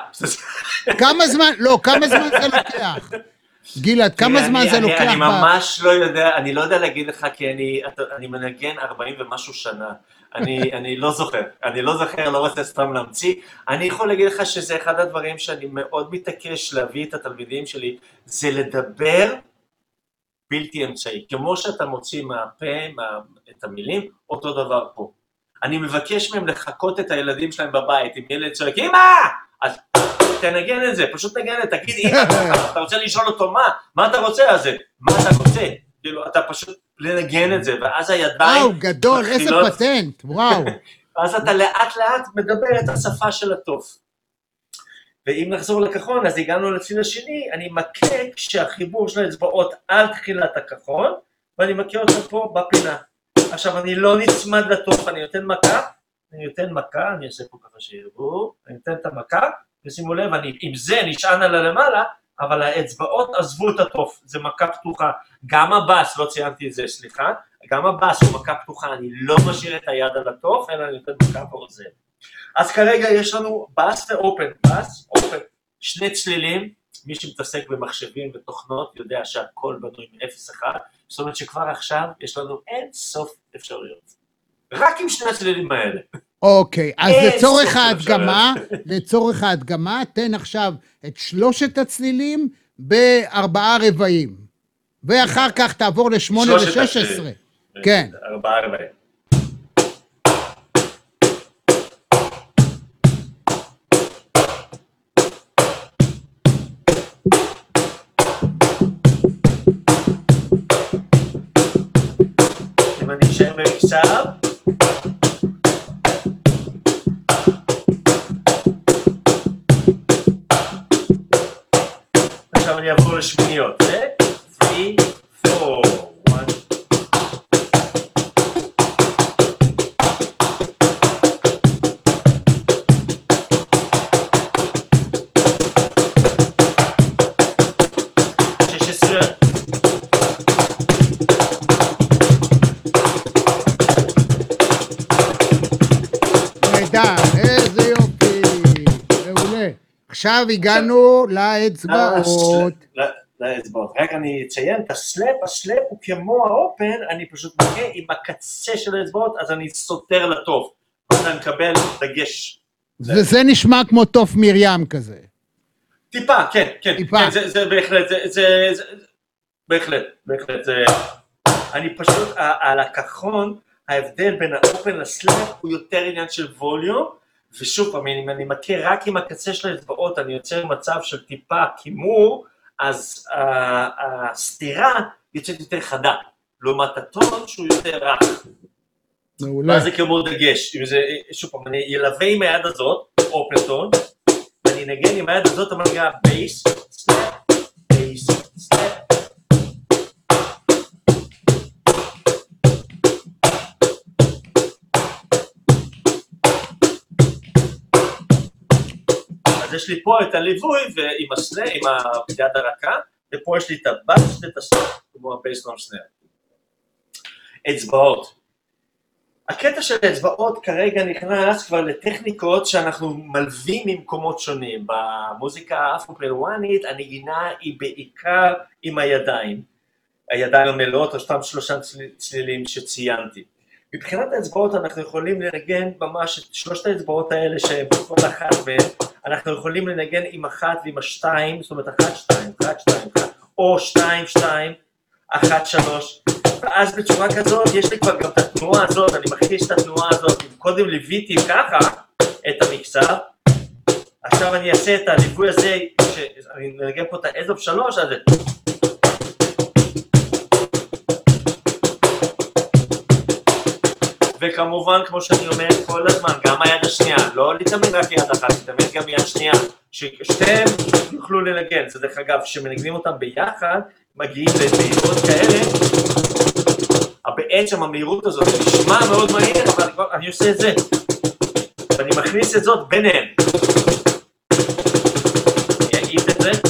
כמה זמן, לא, כמה זמן זה לוקח? גלעד, כמה זמן זה לוקח? אני ממש לא יודע, אני לא יודע להגיד לך, כי אני מנגן ארבעים ומשהו שנה. אני, אני לא זוכר, אני לא זוכר, לא רוצה סתם להמציא. אני יכול להגיד לך שזה אחד הדברים שאני מאוד מתעקש להביא את התלמידים שלי, זה לדבר בלתי אמצעי. כמו שאתה מוציא מהפה, מה, את המילים, אותו דבר פה. אני מבקש מהם לחכות את הילדים שלהם בבית, אם ילד צועק, אמא! אז תנגן את זה, פשוט נגן את זה, תגיד, אמא, אתה רוצה לשאול אותו מה? מה אתה רוצה על זה? מה אתה רוצה? כאילו, אתה פשוט לנגן את זה, ואז הידיים... וואו, גדול, איזה פטנט, וואו. אז אתה לאט לאט מדבר את השפה של התוף. ואם נחזור לכחון, אז הגענו לצד השני, אני מכה כשהחיבור של האצבעות על תחילת הכחון, ואני מכה אותו פה בפינה. עכשיו, אני לא נצמד לתוף, אני נותן מכה, אני נותן מכה, אני אעשה פה ככה שירבו, אני נותן את המכה, ושימו לב, אני, עם זה נשען על הלמעלה, אבל האצבעות עזבו את התוף, זה מכה פתוחה, גם הבאס, לא ציינתי את זה, סליחה, גם הבאס הוא מכה פתוחה, אני לא משאיר את היד על התוף, אלא אני נותן מכה ועוזר. אז כרגע יש לנו באס ואופן, באס, אופן, שני צלילים, מי שמתעסק במחשבים ותוכנות יודע שהכל בנוי מ-אפס אחד, זאת אומרת שכבר עכשיו יש לנו אין סוף אפשרויות, רק עם שני הצלילים האלה. אוקיי, אז לצורך ההדגמה, לצורך ההדגמה, תן עכשיו את שלושת הצלילים בארבעה רבעים, ואחר כך תעבור לשמונה ושש עשרה. כן. ארבעה רבעים. במקצב. עכשיו אני אעבור לשמיניות, זה שלוש, ארבע, אחת. שש עשרה. נהדר, איזה יופי, מעולה. עכשיו הגענו לאצבעות. לאצבעות. רק אני אציין את הסלאפ, הסלאפ הוא כמו האופן, אני פשוט מגיע עם הקצה של האצבעות, אז אני סותר לטוב. אז אני מקבל דגש. וזה נשמע כמו תוף מרים כזה. טיפה, כן, כן. טיפה. כן, זה, זה בהחלט, זה, זה, זה, בהחלט, בהחלט, זה... אני פשוט, על הכחון, ההבדל בין האופן לסלאפ הוא יותר עניין של ווליום, ושוב פעם, אם אני מכיר רק עם הקצה של האצבעות, אני יוצר מצב של טיפה כימור, אז uh, הסתירה יוצאת יותר חדה, לעומת הטון שהוא יותר רך. מעולה. ואז זה כמו דגש, אם זה, שוב פעם, אני ילווה עם היד הזאת, אופן-טון, ואני נגן עם היד הזאת, אני מגיע בייס, סלאפ, בייס, סלאפ. אז יש לי פה את הליווי ועם הסנר, עם היד הרכה, ופה יש לי את הבאס ואת הסנר, כמו הבייסלון סנר. אצבעות. הקטע של האצבעות כרגע נכנס כבר לטכניקות שאנחנו מלווים ממקומות שונים. במוזיקה האפרו-פרואנית הנגינה היא בעיקר עם הידיים. הידיים המלאות, או שתם שלושה צלילים שציינתי. מבחינת האצבעות אנחנו יכולים לנגן ממש את שלושת האצבעות האלה שבכל אחת מהן, אנחנו יכולים לנגן עם אחת ועם השתיים, זאת אומרת אחת, שתיים, אחת, שתיים, אחת, או שתיים, שתיים, אחת, שלוש, ואז בצורה כזאת יש לי כבר גם את התנועה הזאת, אני מכניס את התנועה הזאת, קודם ליוויתי ככה את המקצב, עכשיו אני אעשה את הליווי הזה, שאני נגן פה את האזוב שלוש, אז זה... וכמובן, כמו שאני אומר כל הזמן, גם היד השנייה, לא להתאמן רק יד אחת, להתאמן גם יד שנייה, ששתיהם יוכלו לנגן. זה דרך אגב, שמנגנים אותם ביחד, מגיעים למהירות כאלה, בעצם המהירות הזאת נשמע מאוד מהיר, אבל אני עושה את זה, ואני מכניס את זאת ביניהם. אני אגיד את זה.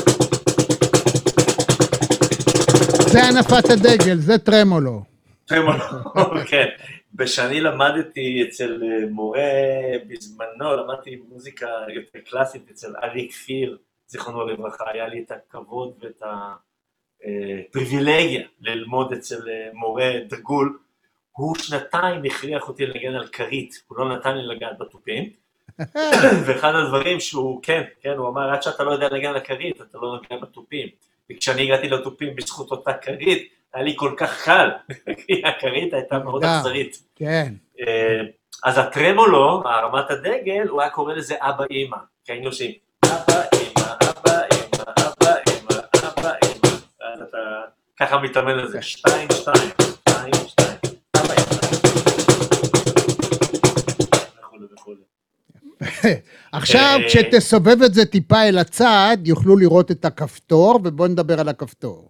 זה הנפת הדגל, זה טרמולו. טרמולו, כן. בשאני למדתי אצל מורה בזמנו, למדתי מוזיקה יותר קלאסית אצל אריק פיר, זיכרונו לברכה, היה לי את הכבוד ואת הפריבילגיה ללמוד אצל מורה דגול, הוא שנתיים הכריח אותי לנגן על כרית, הוא לא נתן לי לגעת בתופים, ואחד הדברים שהוא, כן, כן, הוא אמר, עד שאתה לא יודע לנגן על כרית, אתה לא נגן בתופים, וכשאני הגעתי לתופים בזכות אותה כרית, היה לי כל כך קל, כי הכרית הייתה מאוד אכזרית. כן. אז הטרמולו, הרמת הדגל, הוא היה קורא לזה אבא אמא, כי היינו עושים אבא אמא, אבא אמא, אבא אמא, אבא אמא, אז אתה ככה מתאמן לזה, שתיים, שתיים, שתיים, שתיים, אבא אמא. וכולי וכולי. עכשיו, כשתסובב את זה טיפה אל הצד, יוכלו לראות את הכפתור, ובואו נדבר על הכפתור.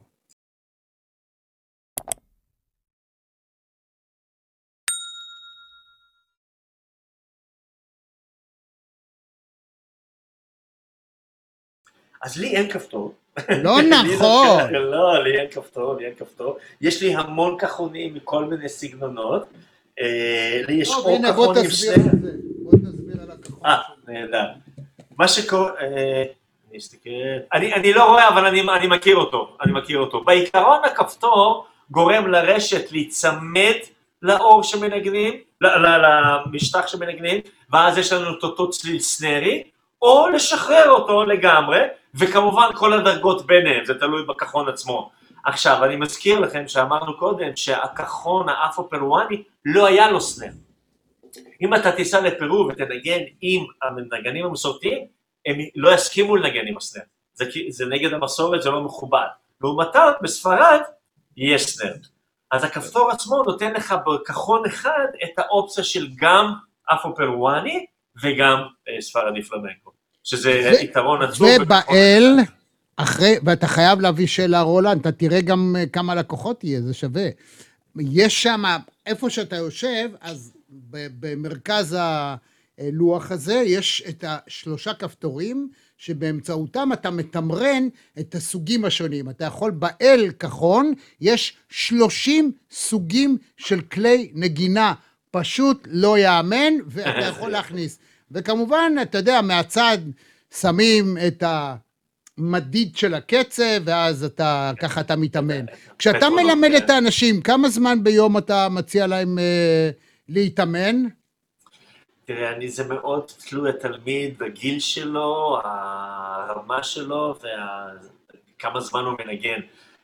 אז לי אין כפתור. לא נכון. לא, לי אין כפתור, לי אין כפתור. יש לי המון כחונים מכל מיני סגנונות. לי יש או כחון עם שני... בוא תסביר על הכחון. אה, נהדר. מה שקורה... אני אסתכל... אני לא רואה, אבל אני מכיר אותו. אני מכיר אותו. בעיקרון הכפתור גורם לרשת להיצמד לאור שמנגנים, למשטח שמנגנים, ואז יש לנו את אותו צליל סנרי, או לשחרר אותו לגמרי, וכמובן כל הדרגות ביניהם, זה תלוי בכחון עצמו. עכשיו, אני מזכיר לכם שאמרנו קודם, שהכחון האפרו-פרואני לא היה לו סנר. אם אתה תיסע לפרו ותנגן עם המנגנים המסורתיים, הם לא יסכימו לנגן עם הסנר. זה, זה נגד המסורת, זה לא מכובד. לעומתם, בספרד, יש סנר. אז הכפתור עצמו נותן לך בכחון אחד את האופציה של גם אפרו-פרואני וגם ספרדי פלמנקו, שזה יתרון עצום. ובאל, אחרי, ואתה חייב להביא שאלה רולנד, אתה תראה גם כמה לקוחות יהיה, זה שווה. יש שם, איפה שאתה יושב, אז במרכז הלוח הזה, יש את השלושה כפתורים, שבאמצעותם אתה מתמרן את הסוגים השונים. אתה יכול באל כחון, יש שלושים סוגים של כלי נגינה, פשוט לא יאמן, ואתה יכול להכניס. וכמובן, אתה יודע, מהצד שמים את המדיד של הקצב, ואז אתה, ככה אתה מתאמן. כשאתה מלמד את האנשים, כמה זמן ביום אתה מציע להם אה, להתאמן? תראה, אני זה מאוד תלוי התלמיד בגיל שלו, הרמה שלו, וכמה זמן הוא מנגן.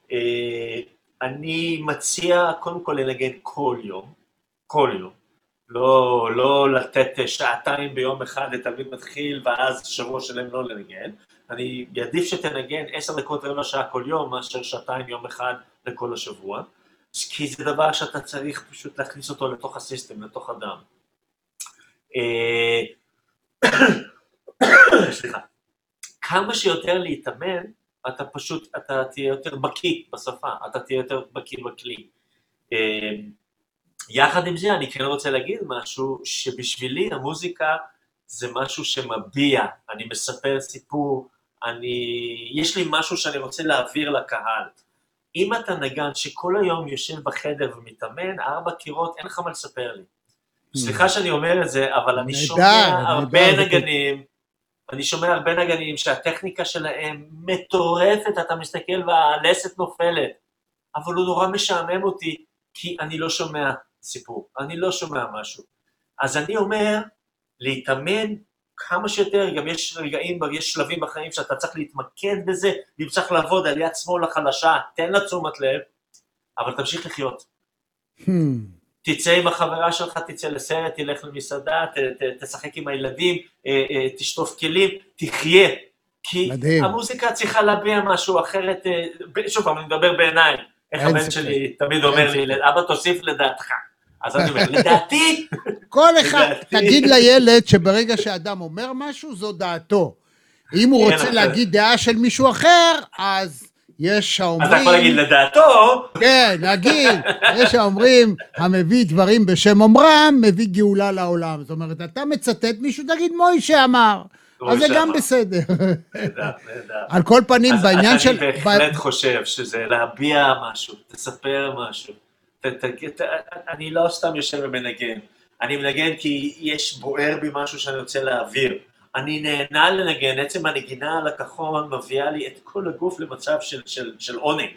אני מציע קודם כל לנגן כל יום, כל יום. לא, לא לתת שעתיים ביום אחד לתלמיד מתחיל, ואז שבוע שלם לא לנגן. אני יעדיף שתנגן עשר דקות רבע שעה כל יום, מאשר שעתיים יום אחד לכל השבוע. כי זה דבר שאתה צריך פשוט להכניס אותו לתוך הסיסטם, לתוך הדם. סליחה, כמה שיותר להתאמן, אתה פשוט, אתה תהיה יותר בקיא בשפה, אתה תהיה יותר בקיא בכלי. יחד עם זה, אני כן רוצה להגיד משהו, שבשבילי המוזיקה זה משהו שמביע, אני מספר סיפור, אני, יש לי משהו שאני רוצה להעביר לקהל. אם אתה נגן שכל היום יושב בחדר ומתאמן, ארבע קירות, אין לך מה לספר לי. סליחה שאני אומר את זה, אבל אני שומע הרבה נגנים, אני שומע הרבה נגנים שהטכניקה שלהם מטורפת, אתה מסתכל והלסת נופלת, אבל הוא נורא משעמם אותי, כי אני לא שומע סיפור, אני לא שומע משהו. אז אני אומר, להתאמן כמה שיותר, גם יש רגעים, יש שלבים בחיים שאתה צריך להתמקד בזה, ואם צריך לעבוד על יד שמאל החלשה, תן לה תשומת לב, אבל תמשיך לחיות. תצא עם החברה שלך, תצא לסרט, תלך למסעדה, ת, ת, תשחק עם הילדים, תשטוף כלים, תחיה. כי מדהים. המוזיקה צריכה להביע משהו אחרת, שוב פעם, אני מדבר בעיניים. איך הבן שלי תמיד אומר לי, אבא תוסיף לדעתך. אז אני אומר, לדעתי. כל אחד, תגיד לילד שברגע שאדם אומר משהו, זו דעתו. אם הוא רוצה להגיד דעה של מישהו אחר, אז... יש האומרים... אתה יכול להגיד לדעתו. כן, להגיד. יש האומרים, המביא דברים בשם אומרם, מביא גאולה לעולם. זאת אומרת, אתה מצטט מישהו, תגיד מוישה אמר. אז זה גם בסדר. נהדר, נהדר. על כל פנים, בעניין של... אני בהחלט חושב שזה להביע משהו, תספר משהו. אני לא סתם יושב ומנגן. אני מנגן כי יש בוער בי משהו שאני רוצה להעביר. אני נהנה לנגן, עצם הנגינה על הכחון מביאה לי את כל הגוף למצב של, של, של עונג.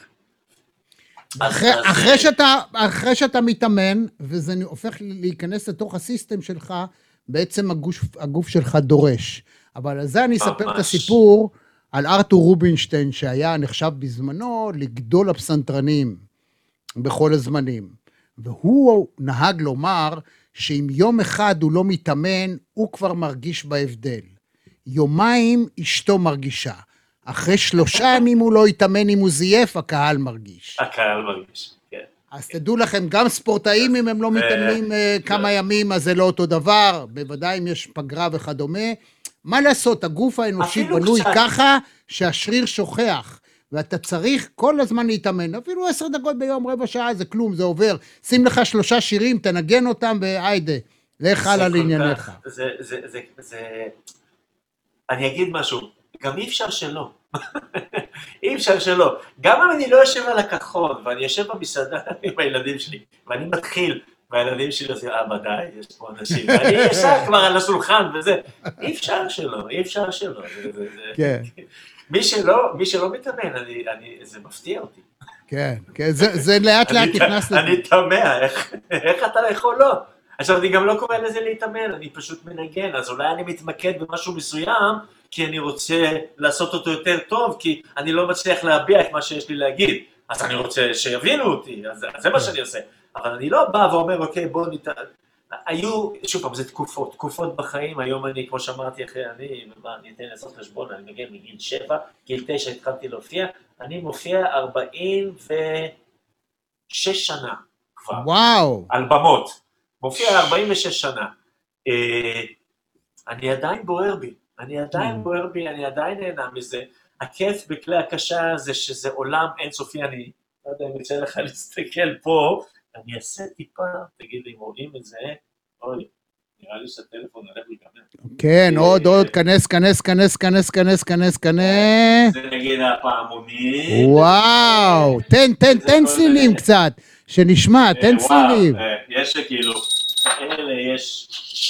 אחרי, אז, אחרי, אז... שאתה, אחרי שאתה מתאמן, וזה הופך להיכנס לתוך הסיסטם שלך, בעצם הגוף, הגוף שלך דורש. אבל על זה אני אספר ממש. את הסיפור על ארתור רובינשטיין, שהיה נחשב בזמנו לגדול הפסנתרנים בכל הזמנים. והוא נהג לומר, שאם יום אחד הוא לא מתאמן, הוא כבר מרגיש בהבדל. יומיים אשתו מרגישה. אחרי שלושה ימים הוא לא יתאמן אם הוא זייף, הקהל מרגיש. הקהל מרגיש, כן. אז תדעו לכם, גם ספורטאים, אם הם לא מתאמנים כמה ימים, אז זה לא אותו דבר. בוודאי אם יש פגרה וכדומה. מה לעשות? הגוף האנושי בנוי ככה, שהשריר שוכח. ואתה צריך כל הזמן להתאמן, אפילו עשר דקות ביום, רבע שעה, זה כלום, זה עובר. שים לך שלושה שירים, תנגן אותם, והיידה, לך הלאה לענייניך. זה, זה, זה, זה... אני אגיד משהו, גם אי אפשר שלא. אי אפשר שלא. גם אם אני לא יושב על הכחון, ואני יושב במסעדה עם הילדים שלי, ואני מתחיל, והילדים שלי עושים, אה, די, יש פה אנשים, ואני ישר כבר על השולחן, וזה, אי אפשר שלא, אי אפשר שלא. כן. מי שלא, מי שלא מתאמן, אני, אני, זה מפתיע אותי. כן, כן, זה, זה לאט לאט נכנס לזה. אני תמה, איך, איך אתה יכול לא? עכשיו, אני גם לא קורא לזה להתאמן, אני פשוט מנגן, אז אולי אני מתמקד במשהו מסוים, כי אני רוצה לעשות אותו יותר טוב, כי אני לא מצליח להביע את מה שיש לי להגיד, אז אני רוצה שיבינו אותי, אז, אז זה מה שאני עושה. אבל אני לא בא ואומר, אוקיי, בוא ניתן... היו, שוב פעם, זה תקופות, תקופות בחיים, היום אני, כמו שאמרתי אחרי, אני, אני אתן לעשות חשבון, אני מגיע מגיל שבע, גיל תשע התחלתי להופיע, אני מופיע ארבעים שש שנה כבר. וואו. על במות. מופיע ארבעים ושש שנה. אני עדיין בוער בי, אני עדיין בוער בי, אני עדיין נהנה מזה. הכיף בכלי הקשה זה שזה עולם אינסופי, אני לא יודע אם יצא לך להסתכל פה, אני אעשה טיפה, תגיד לי, אם רואים את זה, אוי, נראה לי שהטלפון הולך להיגמר. כן, עוד, עוד, כנס, כנס, כנס, כנס, כנס, כנס, כנס. זה נגיד הפעמונים. וואו, תן, תן, תן סילים קצת, שנשמע, תן סילים. יש כאילו, אלה יש,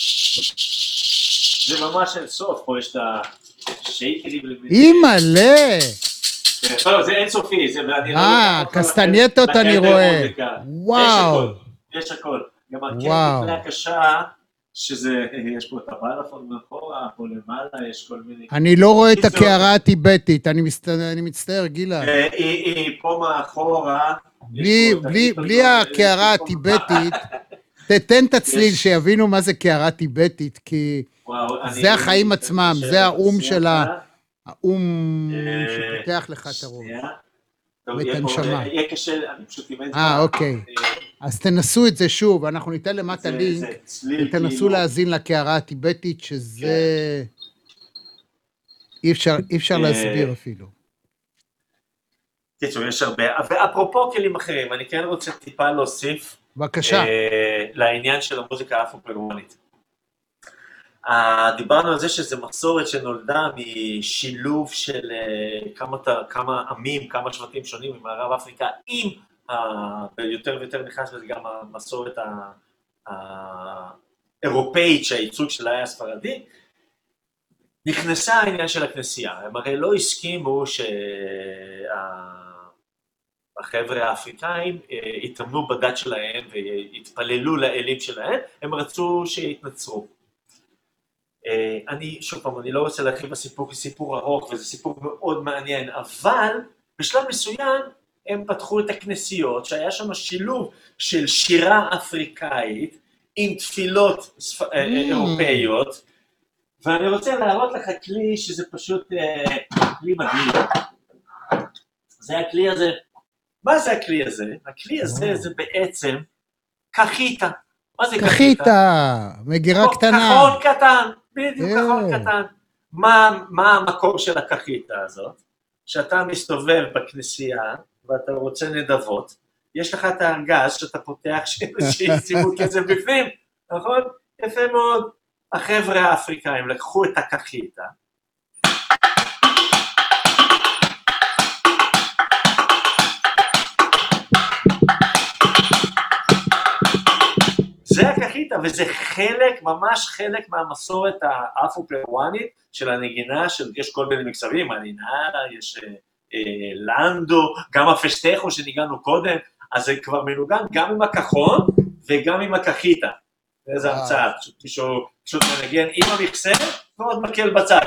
זה ממש אין סוף, פה יש את השייקלים. אימא'לה. טוב, זה אינסופי, זה... אה, קסטנייטות אני רואה. וואו. יש הכל. גם הכיף בכלי הקשה, שזה, יש פה את הבלפון מאחורה, פה למעלה, יש כל מיני... אני לא רואה את הקערה הטיבטית, אני מצטער, גילה. היא פה מאחורה... בלי הקערה הטיבטית, תתן את הצליל שיבינו מה זה קערה טיבטית, כי זה החיים עצמם, זה האום של האום שפותח לך את הרוב. ואת הנשמה. יהיה קשה, אני פשוט עם אין... אה, אוקיי. אז תנסו את זה שוב, אנחנו ניתן למטה לינק, ותנסו להאזין לקערה הטיבטית, שזה... אי אפשר להסביר אפילו. תשמעו, יש הרבה, ואפרופו כלים אחרים, אני כן רוצה טיפה להוסיף, בבקשה. לעניין של המוזיקה האפרו-פרואנית. דיברנו על זה שזה מסורת שנולדה משילוב של כמה, כמה עמים, כמה שבטים שונים ממערב אפריקה, עם יותר ויותר נכנס לזה גם המסורת האירופאית שהייצוג שלה היה ספרדי, נכנסה העניין של הכנסייה. הם הרי לא הסכימו שהחבר'ה האפריקאים התאמנו בדת שלהם והתפללו לאלים שלהם, הם רצו שיתנצרו. אני, שוב פעם, אני לא רוצה להרחיב בסיפור, כי סיפור ארוך, וזה סיפור מאוד מעניין, אבל בשלב מסוים הם פתחו את הכנסיות, שהיה שם שילוב של שירה אפריקאית, עם תפילות אירופאיות, ואני רוצה להראות לך כלי שזה פשוט כלי מדהים. זה הכלי הזה. מה זה הכלי הזה? הכלי הזה זה בעצם כחיתה. מה זה כחיתה? כחיתה, מגירה קטנה. כחון קטן, בדיוק כחון קטן. מה המקור של הכחיתה הזאת? שאתה מסתובב בכנסייה, ואתה רוצה נדבות, יש לך את הארגז שאתה פותח שישימו כסף בפנים, נכון? יפה מאוד. החבר'ה האפריקאים לקחו את הכחיתה, זה הכחיתה, וזה חלק, ממש חלק מהמסורת האפרו-פרואנית של הנגינה, של, יש כל מיני מקצבים, הנינאלה, יש אה, אה, לנדו, גם הפשטחו שניגענו קודם, אז זה כבר מנוגן גם עם הכחון וגם עם הכחיתה. איזה הרצאה, פשוט, פשוט מנגן עם המכסה ועוד מקל בצד.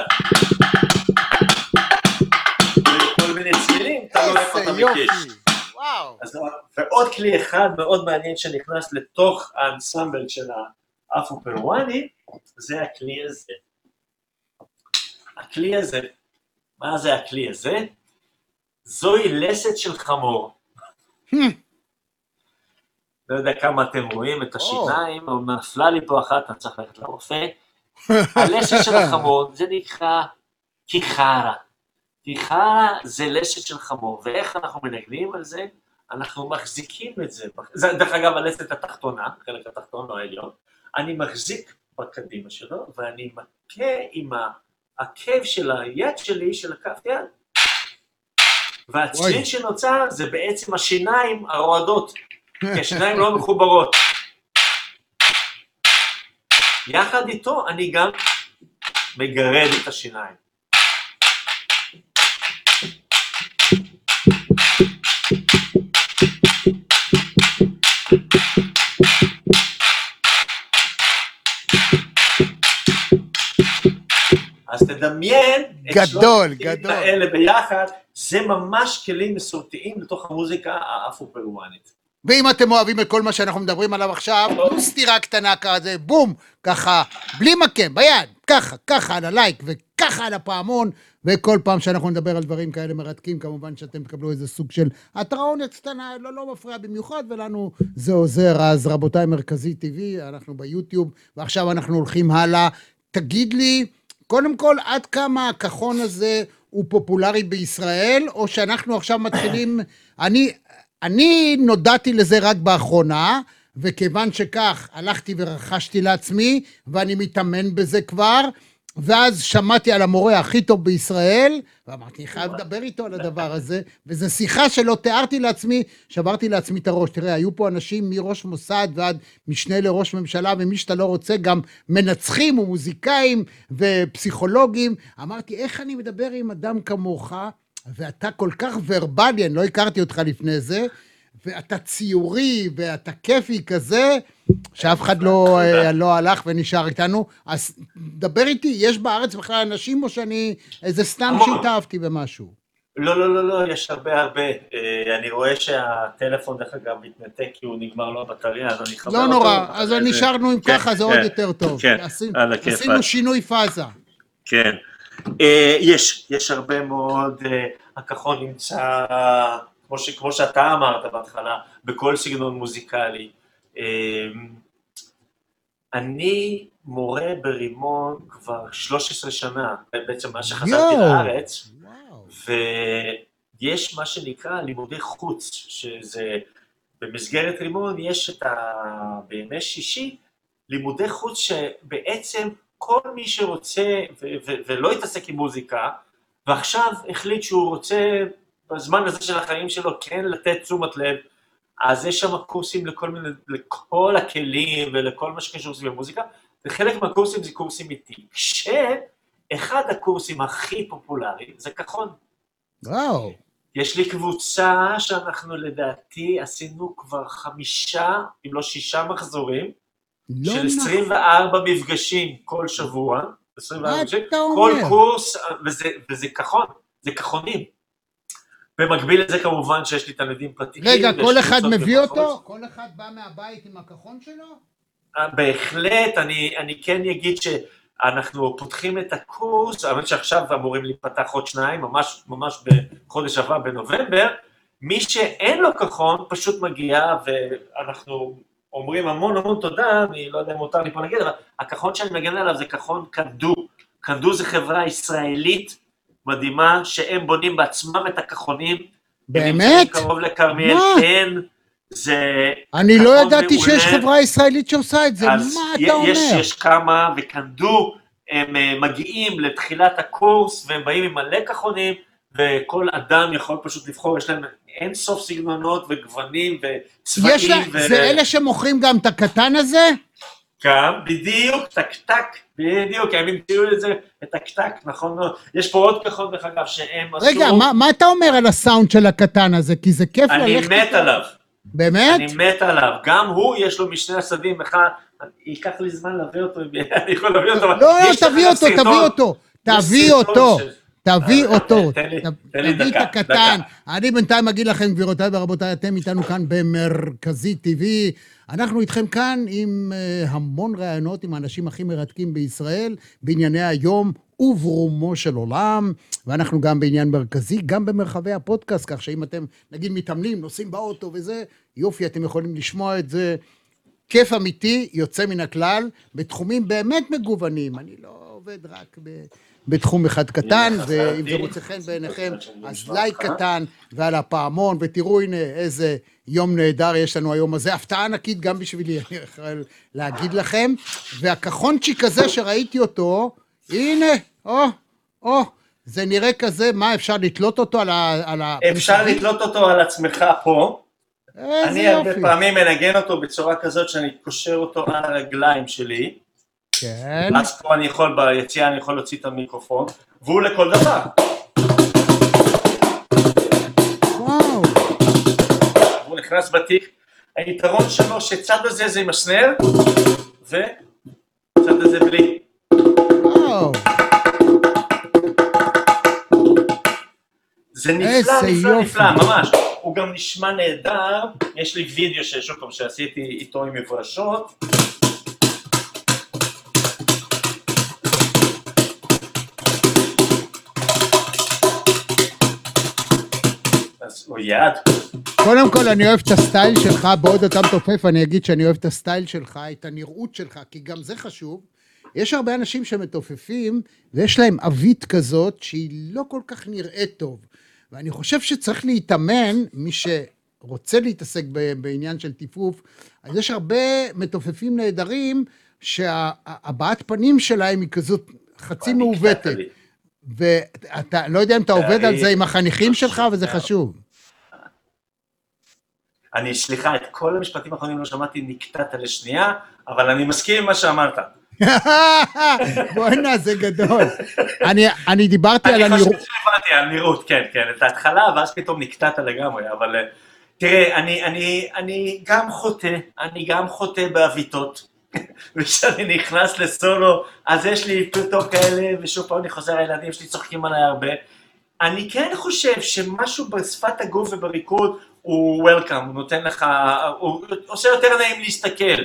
וכל מיני צלילים, אתה לא איפה אתה מקיש. אז, ועוד כלי אחד מאוד מעניין שנכנס לתוך האנסמבל של האפרו-פרואני, זה הכלי הזה. הכלי הזה, מה זה הכלי הזה? זוהי לסת של חמור. לא יודע כמה אתם רואים את השיניים, או נפלה לי פה אחת, אני צריך ללכת לרופא. הלסת של החמור, זה נקרא קיחרה. קיחרה זה לסת של חמור, ואיך אנחנו מנגנים על זה? אנחנו מחזיקים את זה. זה דרך אגב הלסת התחתונה, חלק התחתון או העליון. אני מחזיק בקדימה שלו, ואני מכה עם העקב של היד שלי, של הכף יד. והצליל שנוצר זה בעצם השיניים הרועדות. כי השיניים לא מחוברות. יחד איתו אני גם מגרד את השיניים. אז תדמיין את שלושת הכלים האלה ביחד, זה ממש כלים מסורתיים לתוך המוזיקה האפרו-פרואנית. ואם אתם אוהבים את כל מה שאנחנו מדברים עליו עכשיו, תנו סתירה קטנה כזה, בום, ככה, בלי מקם, ביד, ככה, ככה, על הלייק, וככה. ככה על הפעמון, וכל פעם שאנחנו נדבר על דברים כאלה מרתקים, כמובן שאתם תקבלו איזה סוג של התרעונת קטנה, לא, לא מפריע במיוחד, ולנו זה עוזר. אז רבותיי, מרכזי טבעי, אנחנו ביוטיוב, ועכשיו אנחנו הולכים הלאה. תגיד לי, קודם כל, עד כמה הכחון הזה הוא פופולרי בישראל, או שאנחנו עכשיו מתחילים, אני, אני נודעתי לזה רק באחרונה, וכיוון שכך הלכתי ורכשתי לעצמי, ואני מתאמן בזה כבר, ואז שמעתי על המורה הכי טוב בישראל, ואמרתי, אני חייב לדבר איתו על הדבר הזה, וזו שיחה שלא תיארתי לעצמי, שברתי לעצמי את הראש. תראה, היו פה אנשים מראש מוסד ועד משנה לראש ממשלה, ומי שאתה לא רוצה, גם מנצחים ומוזיקאים ופסיכולוגים. אמרתי, איך אני מדבר עם אדם כמוך, ואתה כל כך ורבלי, אני לא הכרתי אותך לפני זה, ואתה ציורי, ואתה כיפי כזה, שאף אחד לא, לא הלך ונשאר איתנו. אז דבר איתי, יש בארץ בכלל אנשים, או שאני איזה סתם שהתאהבתי במשהו? לא, לא, לא, לא, יש הרבה הרבה. אני רואה שהטלפון דרך אגב מתנתק, כי הוא נגמר לו הבטריה, אז אני חבר לא אותו. נורא, אז נשארנו עם ככה, זה עוד יותר טוב. כן, על הכיפה. עשינו שינוי פאזה. כן. יש, יש הרבה מאוד, הכחון נמצא, כמו, ש, כמו שאתה אמרת בהתחלה, בכל סגנון מוזיקלי. אני מורה ברימון כבר שלוש עשרה שנה, בעצם מה שחזרתי לארץ, ויש מה שנקרא לימודי חוץ, שזה במסגרת רימון יש את ה... בימי שישי, לימודי חוץ שבעצם כל מי שרוצה ו- ו- ולא יתעסק עם מוזיקה, ועכשיו החליט שהוא רוצה בזמן הזה של החיים שלו כן לתת תשומת לב, אז יש שם קורסים לכל מיני, לכל הכלים ולכל מה שקשור במוזיקה, וחלק מהקורסים זה קורסים איתי, כשאחד הקורסים הכי פופולריים זה כחון. וואו. יש לי קבוצה שאנחנו לדעתי עשינו כבר חמישה, אם לא שישה מחזורים, לא של עשרים וארבע נכון. מפגשים כל שבוע, עשרים וארבע מפגשים, כל קורס, וזה, וזה כחון, זה כחונים. במקביל לזה כמובן שיש לי תלמידים פרטיים. רגע, כל אחד מביא אותו? כל אחד בא מהבית עם הכחון שלו? בהחלט, אני, אני כן אגיד שאנחנו פותחים את הקורס, האמת שעכשיו אמורים להיפתח עוד שניים, ממש, ממש בחודש הבא בנובמבר, מי שאין לו כחון פשוט מגיע, ואנחנו אומרים המון המון תודה, אני לא יודע אם מותר לי פה להגיד, אבל הכחון שאני מגן עליו זה כחון קנדו, קנדו זה חברה ישראלית, מדהימה, שהם בונים בעצמם את הכחונים. באמת? קרוב לכרמיאל, כן, זה... אני לא ידעתי שיש חברה ישראלית שעושה את זה, מה אתה אומר? יש, יש כמה, וכנדו, הם מגיעים לתחילת הקורס, והם באים עם מלא כחונים, וכל אדם יכול פשוט לבחור, יש להם אין סוף סגנונות וגוונים וצבעים. לה, ו... זה אלה שמוכרים גם את הקטן הזה? גם, בדיוק, טק-טק, בדיוק, הם המציאו את זה, את הטק-טק, נכון מאוד. יש פה עוד כחון דרך אגב שהם עשו... רגע, מה, מה אתה אומר על הסאונד של הקטן הזה? כי זה כיף אני ללכת... אני מת עליו. באמת? אני מת עליו. גם הוא, יש לו משני הצדדים, אחד, ייקח לי זמן להביא אותו, אני יכול להביא אותו. לא, לא, תביא אותו, תביא אותו, תביא אותו. תביא אותו, תביא את הקטן. אני בינתיים אגיד לכם, גבירותיי ורבותיי, אתם איתנו כאן במרכזי טבעי. אנחנו איתכם כאן עם המון רעיונות עם האנשים הכי מרתקים בישראל, בענייני היום וברומו של עולם, ואנחנו גם בעניין מרכזי, גם במרחבי הפודקאסט, כך שאם אתם, נגיד, מתאמנים, נוסעים באוטו וזה, יופי, אתם יכולים לשמוע את זה. כיף אמיתי, יוצא מן הכלל, בתחומים באמת מגוונים. אני לא עובד רק ב... בתחום אחד קטן, ואם זה רוצה חן בעיניכם, אז לייק קטן, ועל הפעמון, ותראו הנה איזה יום נהדר יש לנו היום הזה, הפתעה ענקית גם בשבילי, אני יכול להגיד לכם, והכחונצ'יק הזה שראיתי אותו, הנה, או, או, זה נראה כזה, מה אפשר לתלות אותו על ה... אפשר לתלות אותו על עצמך פה, אני הרבה פעמים מנגן אותו בצורה כזאת, שאני קושר אותו על הרגליים שלי, כן. אז פה אני יכול, ביציאה אני יכול להוציא את המיקרופון, והוא לכל דבר. וואו. הוא נכנס בתיק, היתרון שלו שצד הזה זה עם הסנר, וצד הזה בלי. וואו. זה נפלא, נפלא, נפלא, ממש. הוא גם נשמע נהדר, יש לי וידאו שיש אותו שעשיתי איתו עם מברשות. אז הוא יעד. קודם כל, אני אוהב את הסטייל שלך, בעוד אתה מתופף, אני אגיד שאני אוהב את הסטייל שלך, את הנראות שלך, כי גם זה חשוב. יש הרבה אנשים שמתופפים, ויש להם אבית כזאת, שהיא לא כל כך נראית טוב. ואני חושב שצריך להתאמן, מי שרוצה להתעסק בעניין של טיפוף, אז יש הרבה מתופפים נהדרים, שהבעת פנים שלהם היא כזאת חצי מעוותת. ואתה לא יודע אם אתה עובד על זה עם החניכים שלך, וזה חשוב. אני, סליחה, את כל המשפטים האחרונים לא שמעתי, נקטעת לשנייה, אבל אני מסכים עם מה שאמרת. בוא'נה, זה גדול. אני דיברתי על הנראות. אני חושב שהבנתי על נראות, כן, כן, את ההתחלה, ואז פתאום נקטעת לגמרי, אבל תראה, אני גם חוטא, אני גם חוטא באביתות, וכשאני נכנס לסולו, אז יש לי פתאום כאלה, ושוב פעם אני חוזר, הילדים שלי צוחקים עליי הרבה. אני כן חושב שמשהו בשפת הגוף ובריקוד הוא welcome, הוא נותן לך, הוא עושה יותר נעים להסתכל.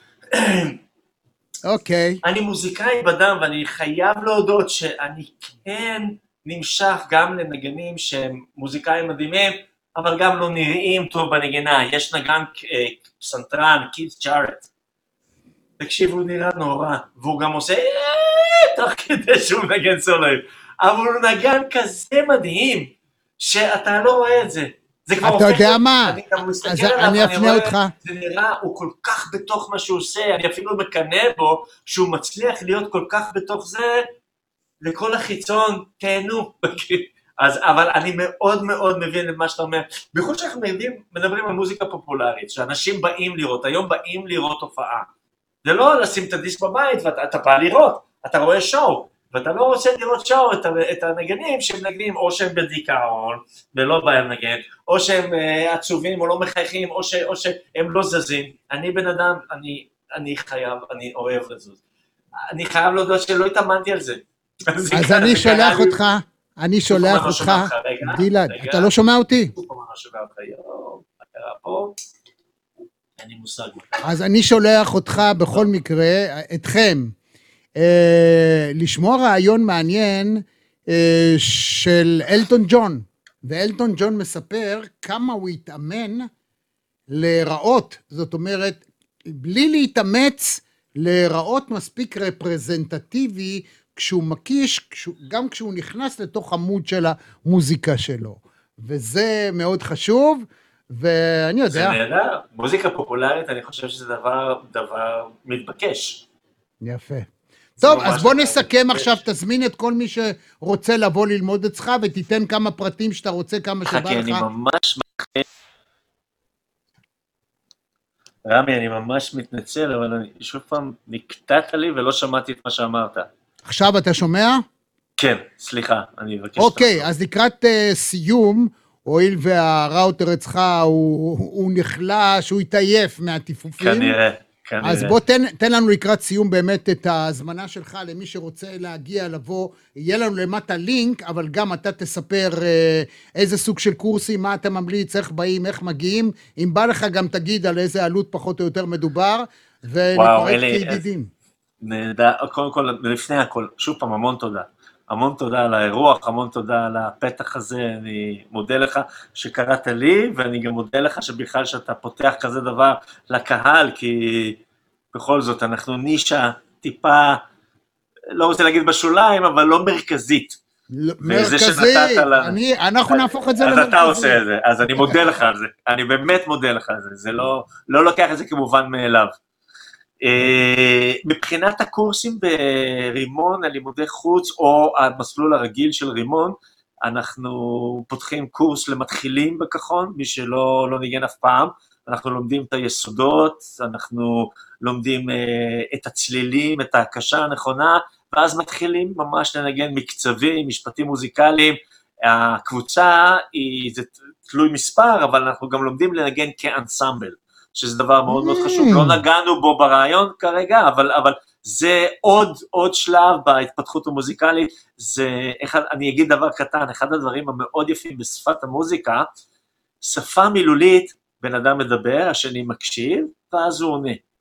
אוקיי. אני מוזיקאי בדם, ואני חייב להודות שאני כן נמשך גם לנגנים שהם מוזיקאים מדהימים, אבל גם לא נראים טוב בנגנה. יש נגן פסנתרן, קית' ג'ארט. תקשיב, הוא נראה נורא, והוא גם עושה תוך כדי שהוא נגן סולואים. אבל הוא נגן כזה מדהים, שאתה לא רואה את זה. אתה יודע מה? אז אני אפנה אותך. זה נראה, הוא כל כך בתוך מה שהוא עושה, אני אפילו מקנא בו, שהוא מצליח להיות כל כך בתוך זה, לכל החיצון, תהנו. אז, אבל אני מאוד מאוד מבין את מה שאתה אומר. בכל שאנחנו מדברים על מוזיקה פופולרית, שאנשים באים לראות, היום באים לראות הופעה. זה לא לשים את הדיסק בבית, ואתה בא לראות, אתה רואה שואו, ואתה לא רוצה לראות שואו את, את הנגנים שהם נגנים, או שהם בדיכאון, ולא בהם נגן, או שהם uh, עצובים או לא מחייכים, או, ש, או שהם לא זזים. אני בן אדם, אני, אני חייב, אני אוהב לזוז. אני חייב להודות שלא התאמנתי על זה. אז, אז אני שולח אותך, אני שולח אותך, דילן, אתה לא שומע אותי? אני מושג. אז אני שולח אותך בכל מקרה, אתכם, אה, לשמוע רעיון מעניין אה, של אלטון ג'ון, ואלטון ג'ון מספר כמה הוא התאמן לראות, זאת אומרת, בלי להתאמץ לראות מספיק רפרזנטטיבי, כשהוא מקיש, כשהוא, גם כשהוא נכנס לתוך עמוד של המוזיקה שלו, וזה מאוד חשוב, ואני יודע. זה נהדר, מוזיקה פופולרית, אני חושב שזה דבר, דבר מתבקש. יפה. טוב, אז בוא נסכם עכשיו, תזמין את כל מי שרוצה לבוא ללמוד אצלך, ותיתן כמה פרטים שאתה רוצה, כמה שבא לך. חכי, אני ממש מתחיל. רמי, אני ממש מתנצל, אבל אני שוב פעם נקטעת לי ולא שמעתי את מה שאמרת. עכשיו אתה שומע? כן, סליחה, אני מבקש. אוקיי, אז לקראת uh, סיום, הואיל והראוטר אצלך הוא, הוא נחלש, הוא התעייף מהטיפופים. כנראה, כנראה. אז בוא תן, תן לנו לקראת סיום באמת את ההזמנה שלך למי שרוצה להגיע, לבוא, יהיה לנו למטה לינק, אבל גם אתה תספר אה, איזה סוג של קורסים, מה אתה ממליץ, איך באים, איך מגיעים, אם בא לך גם תגיד על איזה עלות פחות או יותר מדובר, ונתפרק כידידים. נדע, קודם כל, לפני הכל, שוב פעם, המון תודה. המון תודה על האירוח, המון תודה על הפתח הזה, אני מודה לך שקראת לי, ואני גם מודה לך שבכלל שאתה פותח כזה דבר לקהל, כי בכל זאת אנחנו נישה טיפה, לא רוצה להגיד בשוליים, אבל לא מרכזית. מרכזית, אני, אנחנו נהפוך את זה למרכזית. אז אתה עושה את זה, אז אני מודה לך על זה, אני באמת מודה לך על זה, זה לא, לא לוקח את זה כמובן מאליו. מבחינת הקורסים ברימון, הלימודי חוץ או המסלול הרגיל של רימון, אנחנו פותחים קורס למתחילים בכחון, מי שלא לא ניגן אף פעם, אנחנו לומדים את היסודות, אנחנו לומדים את הצלילים, את ההקשה הנכונה, ואז מתחילים ממש לנגן מקצבים, משפטים מוזיקליים. הקבוצה היא, זה תלוי מספר, אבל אנחנו גם לומדים לנגן כאנסמבל, שזה דבר מאוד מאוד חשוב, לא נגענו בו ברעיון כרגע, אבל, אבל זה עוד, עוד שלב בהתפתחות המוזיקלית, זה, אחד, אני אגיד דבר קטן, אחד הדברים המאוד יפים בשפת המוזיקה, שפה מילולית, בן אדם מדבר, השני מקשיב, ואז הוא עונה.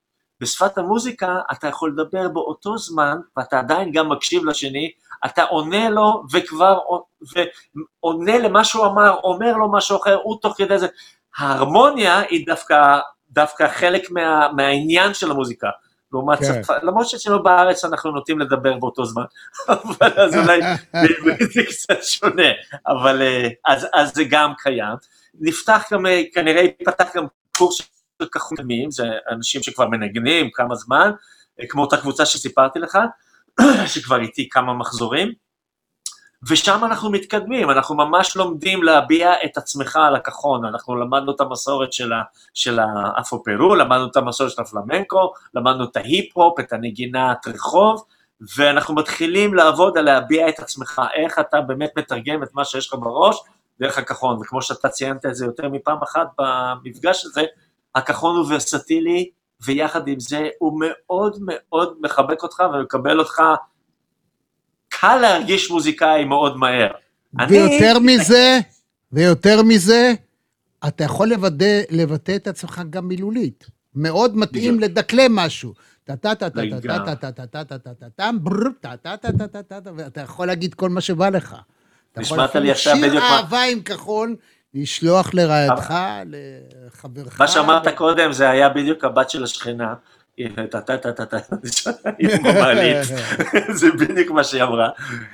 בשפת המוזיקה אתה יכול לדבר באותו זמן, ואתה עדיין גם מקשיב לשני, אתה עונה לו וכבר ועונה למה שהוא אמר, אומר לו משהו אחר, הוא תוך כדי זה. ההרמוניה היא דווקא, דווקא חלק מה, מהעניין של המוזיקה. לעומת כן. שפה, למרות שצרינו בארץ אנחנו נוטים לדבר באותו זמן, אבל אז אולי זה קצת שונה, אבל אז, אז זה גם קיים. נפתח גם, כנראה יפתח גם קורס של כחונים, זה אנשים שכבר מנגנים כמה זמן, כמו אותה קבוצה שסיפרתי לך, שכבר איתי כמה מחזורים, ושם אנחנו מתקדמים, אנחנו ממש לומדים להביע את עצמך על הכחון, אנחנו למדנו את המסורת של, ה, של האפופרו, למדנו את המסורת של הפלמנקו, למדנו את ההיפ-הופ, את הנגינת רחוב, ואנחנו מתחילים לעבוד על להביע את עצמך, איך אתה באמת מתרגם את מה שיש לך בראש, דרך הכחון, וכמו שאתה ציינת את זה יותר מפעם אחת במפגש הזה, הכחון הוא ורסטילי, ויחד עם זה הוא מאוד מאוד מחבק אותך, ומקבל אותך, קל להרגיש מוזיקאי מאוד מהר. ויותר אני... מזה, ויותר מזה, אתה יכול לבטא, לבטא את עצמך גם מילולית. מאוד מתאים לדקלה משהו. ואתה יכול להגיד כל מה שבא לך. נשמעת לי עכשיו בדיוק... שיר אהבה עם כחול, לשלוח לרעייתך, לחברך. מה שאמרת קודם, זה היה בדיוק הבת של השכנה, זה בדיוק מה שהיא אמרה.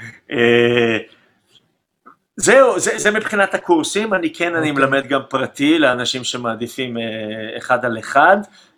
זהו, זה מבחינת הקורסים, אני כן, אני מלמד גם פרטי, לאנשים שמעדיפים אחד על אחד.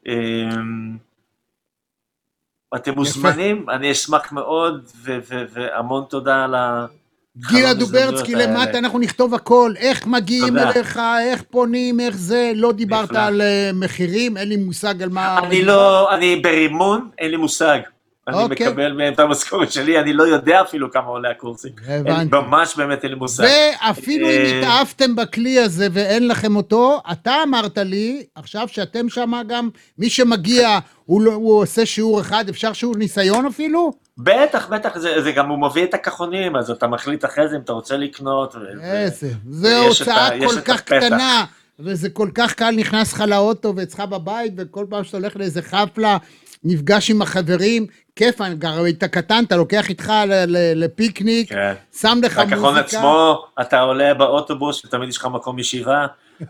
אתם מוזמנים, אני אשמח מאוד, והמון תודה על ה... גילה דוברצקי למטה, אנחנו נכתוב הכל, איך מגיעים אליך, איך פונים, איך זה, לא דיברת על מחירים, אין לי מושג על מה... אני לא, אני ברימון, אין לי מושג. אני מקבל מהם את המשכורת שלי, אני לא יודע אפילו כמה עולה הקורסים. ממש באמת אין לי מושג. ואפילו אם התאהבתם בכלי הזה ואין לכם אותו, אתה אמרת לי, עכשיו שאתם שם גם, מי שמגיע, הוא עושה שיעור אחד, אפשר שיעור ניסיון אפילו? בטח, בטח, זה, זה גם הוא מביא את הכחונים, אז אתה מחליט אחרי זה אם אתה רוצה לקנות. איזה, זה הוצאה כל כך קטנה, וזה כל כך קל, נכנס לך לאוטו ואצלך בבית, וכל פעם שאתה הולך לאיזה חפלה, נפגש עם החברים, כיף, אתה קטן, אתה לוקח איתך לפיקניק, כן. שם לך מוזיקה. הכחון עצמו, אתה עולה באוטובוס, ותמיד יש לך מקום ישיבה.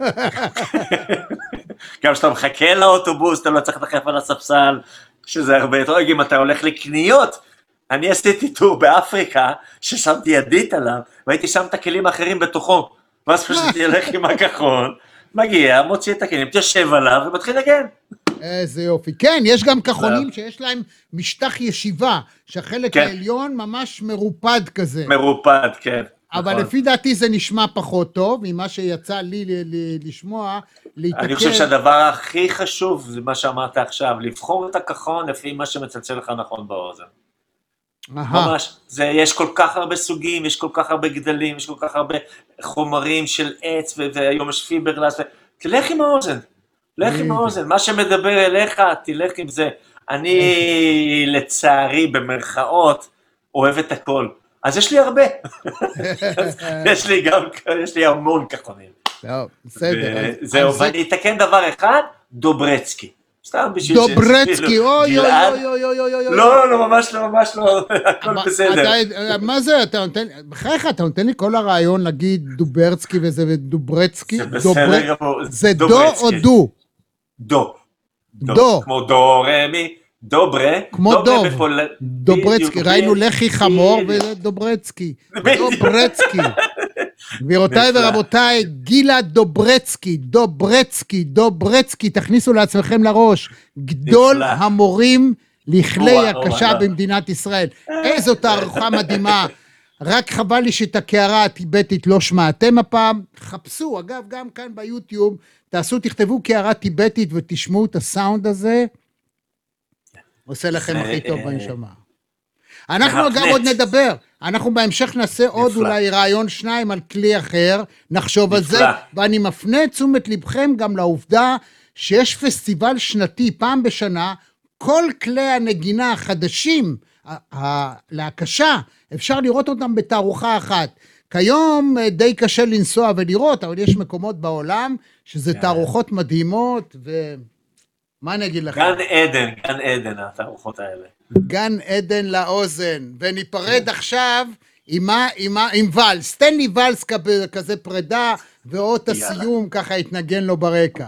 גם כשאתה מחכה לאוטובוס, אתה לא צריך לחף על הספסל, שזה הרבה יותר, אם אתה הולך לקניות, אני עשיתי טור באפריקה, ששמתי ידית עליו, והייתי שם את הכלים האחרים בתוכו, ואז פשוט ילך עם הכחון, מגיע, מוציא את הכלים, תשב עליו, ומתחיל לגן. איזה יופי. כן, יש גם כחונים שיש להם משטח ישיבה, שהחלק העליון ממש מרופד כזה. מרופד, כן. אבל לפי דעתי זה נשמע פחות טוב, ממה שיצא לי לשמוע, להתעכל. אני חושב שהדבר הכי חשוב, זה מה שאמרת עכשיו, לבחור את הכחון לפי מה שמצלצל לך נכון באוזן. ממש, זה, יש כל כך הרבה סוגים, יש כל כך הרבה גדלים, יש כל כך הרבה חומרים של עץ, והיום יש פיברגלס, תלך עם האוזן, תלך עם האוזן, מה שמדבר אליך, תלך עם זה. אני לצערי במרכאות אוהב את הכל, אז יש לי הרבה, יש לי גם, יש לי המון כחונים. בסדר. זהו, ואני אתקן דבר אחד, דוברצקי. סתם בשביל ש... דוברצקי, אוי אוי אוי אוי אוי אוי. לא, לא, ממש לא, ממש לא, הכל בסדר. מה זה, אתה נותן, בחייך, אתה נותן לי כל הרעיון להגיד דוברצקי וזה דוברצקי? זה בסדר גמור. זה דו או דו? דו. דו. כמו דו רמי, דוברה. כמו דוב. דוברצקי, ראינו לחי חמור וזה דוברצקי. דוברצקי. גבירותיי ורבותיי, גילה דוברצקי, דוברצקי, דוברצקי, תכניסו לעצמכם לראש, גדול המורים לכלי הקשה במדינת ישראל. איזו תערוכה מדהימה, רק חבל לי שאת הקערה הטיבטית לא שמעתם הפעם, חפשו, אגב גם כאן ביוטיוב, תעשו, תכתבו קערה טיבטית ותשמעו את הסאונד הזה, עושה לכם הכי טוב בנשמה. אנחנו גם עוד נדבר, אנחנו בהמשך נעשה עוד אולי רעיון שניים על כלי אחר, נחשוב על זה, ואני מפנה את תשומת לבכם גם לעובדה שיש פסטיבל שנתי פעם בשנה, כל כלי הנגינה החדשים, להקשה, אפשר לראות אותם בתערוכה אחת. כיום די קשה לנסוע ולראות, אבל יש מקומות בעולם שזה תערוכות מדהימות ו... מה אני אגיד לכם? גן עדן, גן עדן, התערוכות האלה. גן עדן לאוזן, וניפרד עכשיו עם מה, עם מה, עם ולס, תן לי ולס כזה פרידה, ואות הסיום ככה יתנגן לו ברקע.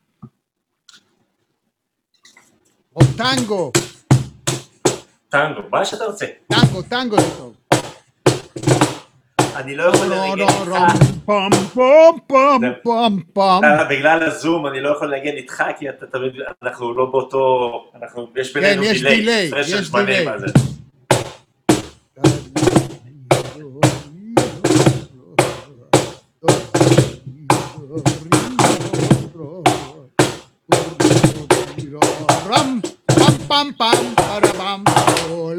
או טנגו. טנגו, מה שאתה רוצה. טנגו, טנגו זה טוב. אני לא יכול לנגן איתך. פם פם פם פם פם. בגלל הזום אני לא יכול לנגן איתך, כי אתה תמיד, אנחנו לא באותו, אנחנו, יש בינינו דיליי. יש דיליי. רם פם פם פם פרבם עולה.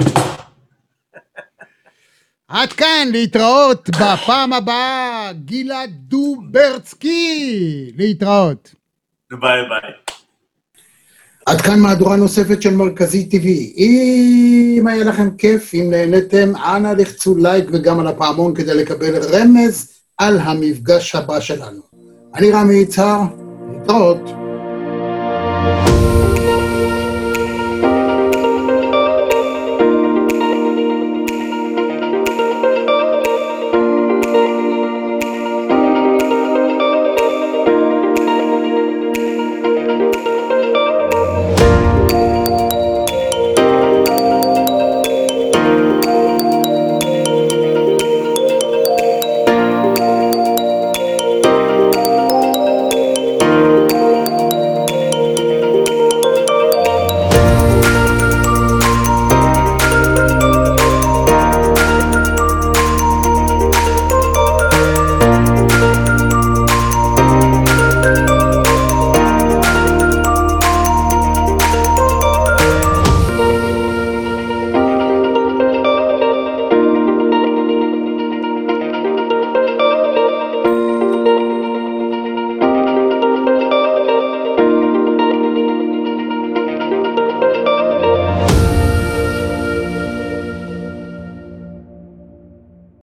עד כאן, להתראות בפעם הבאה, גלעד דוברצקי, להתראות. ביי ביי. עד כאן מהדורה נוספת של מרכזי טבעי. אם היה לכם כיף, אם נהנתם, אנא לחצו לייק וגם על הפעמון כדי לקבל רמז על המפגש הבא שלנו. אני רמי יצהר, להתראות.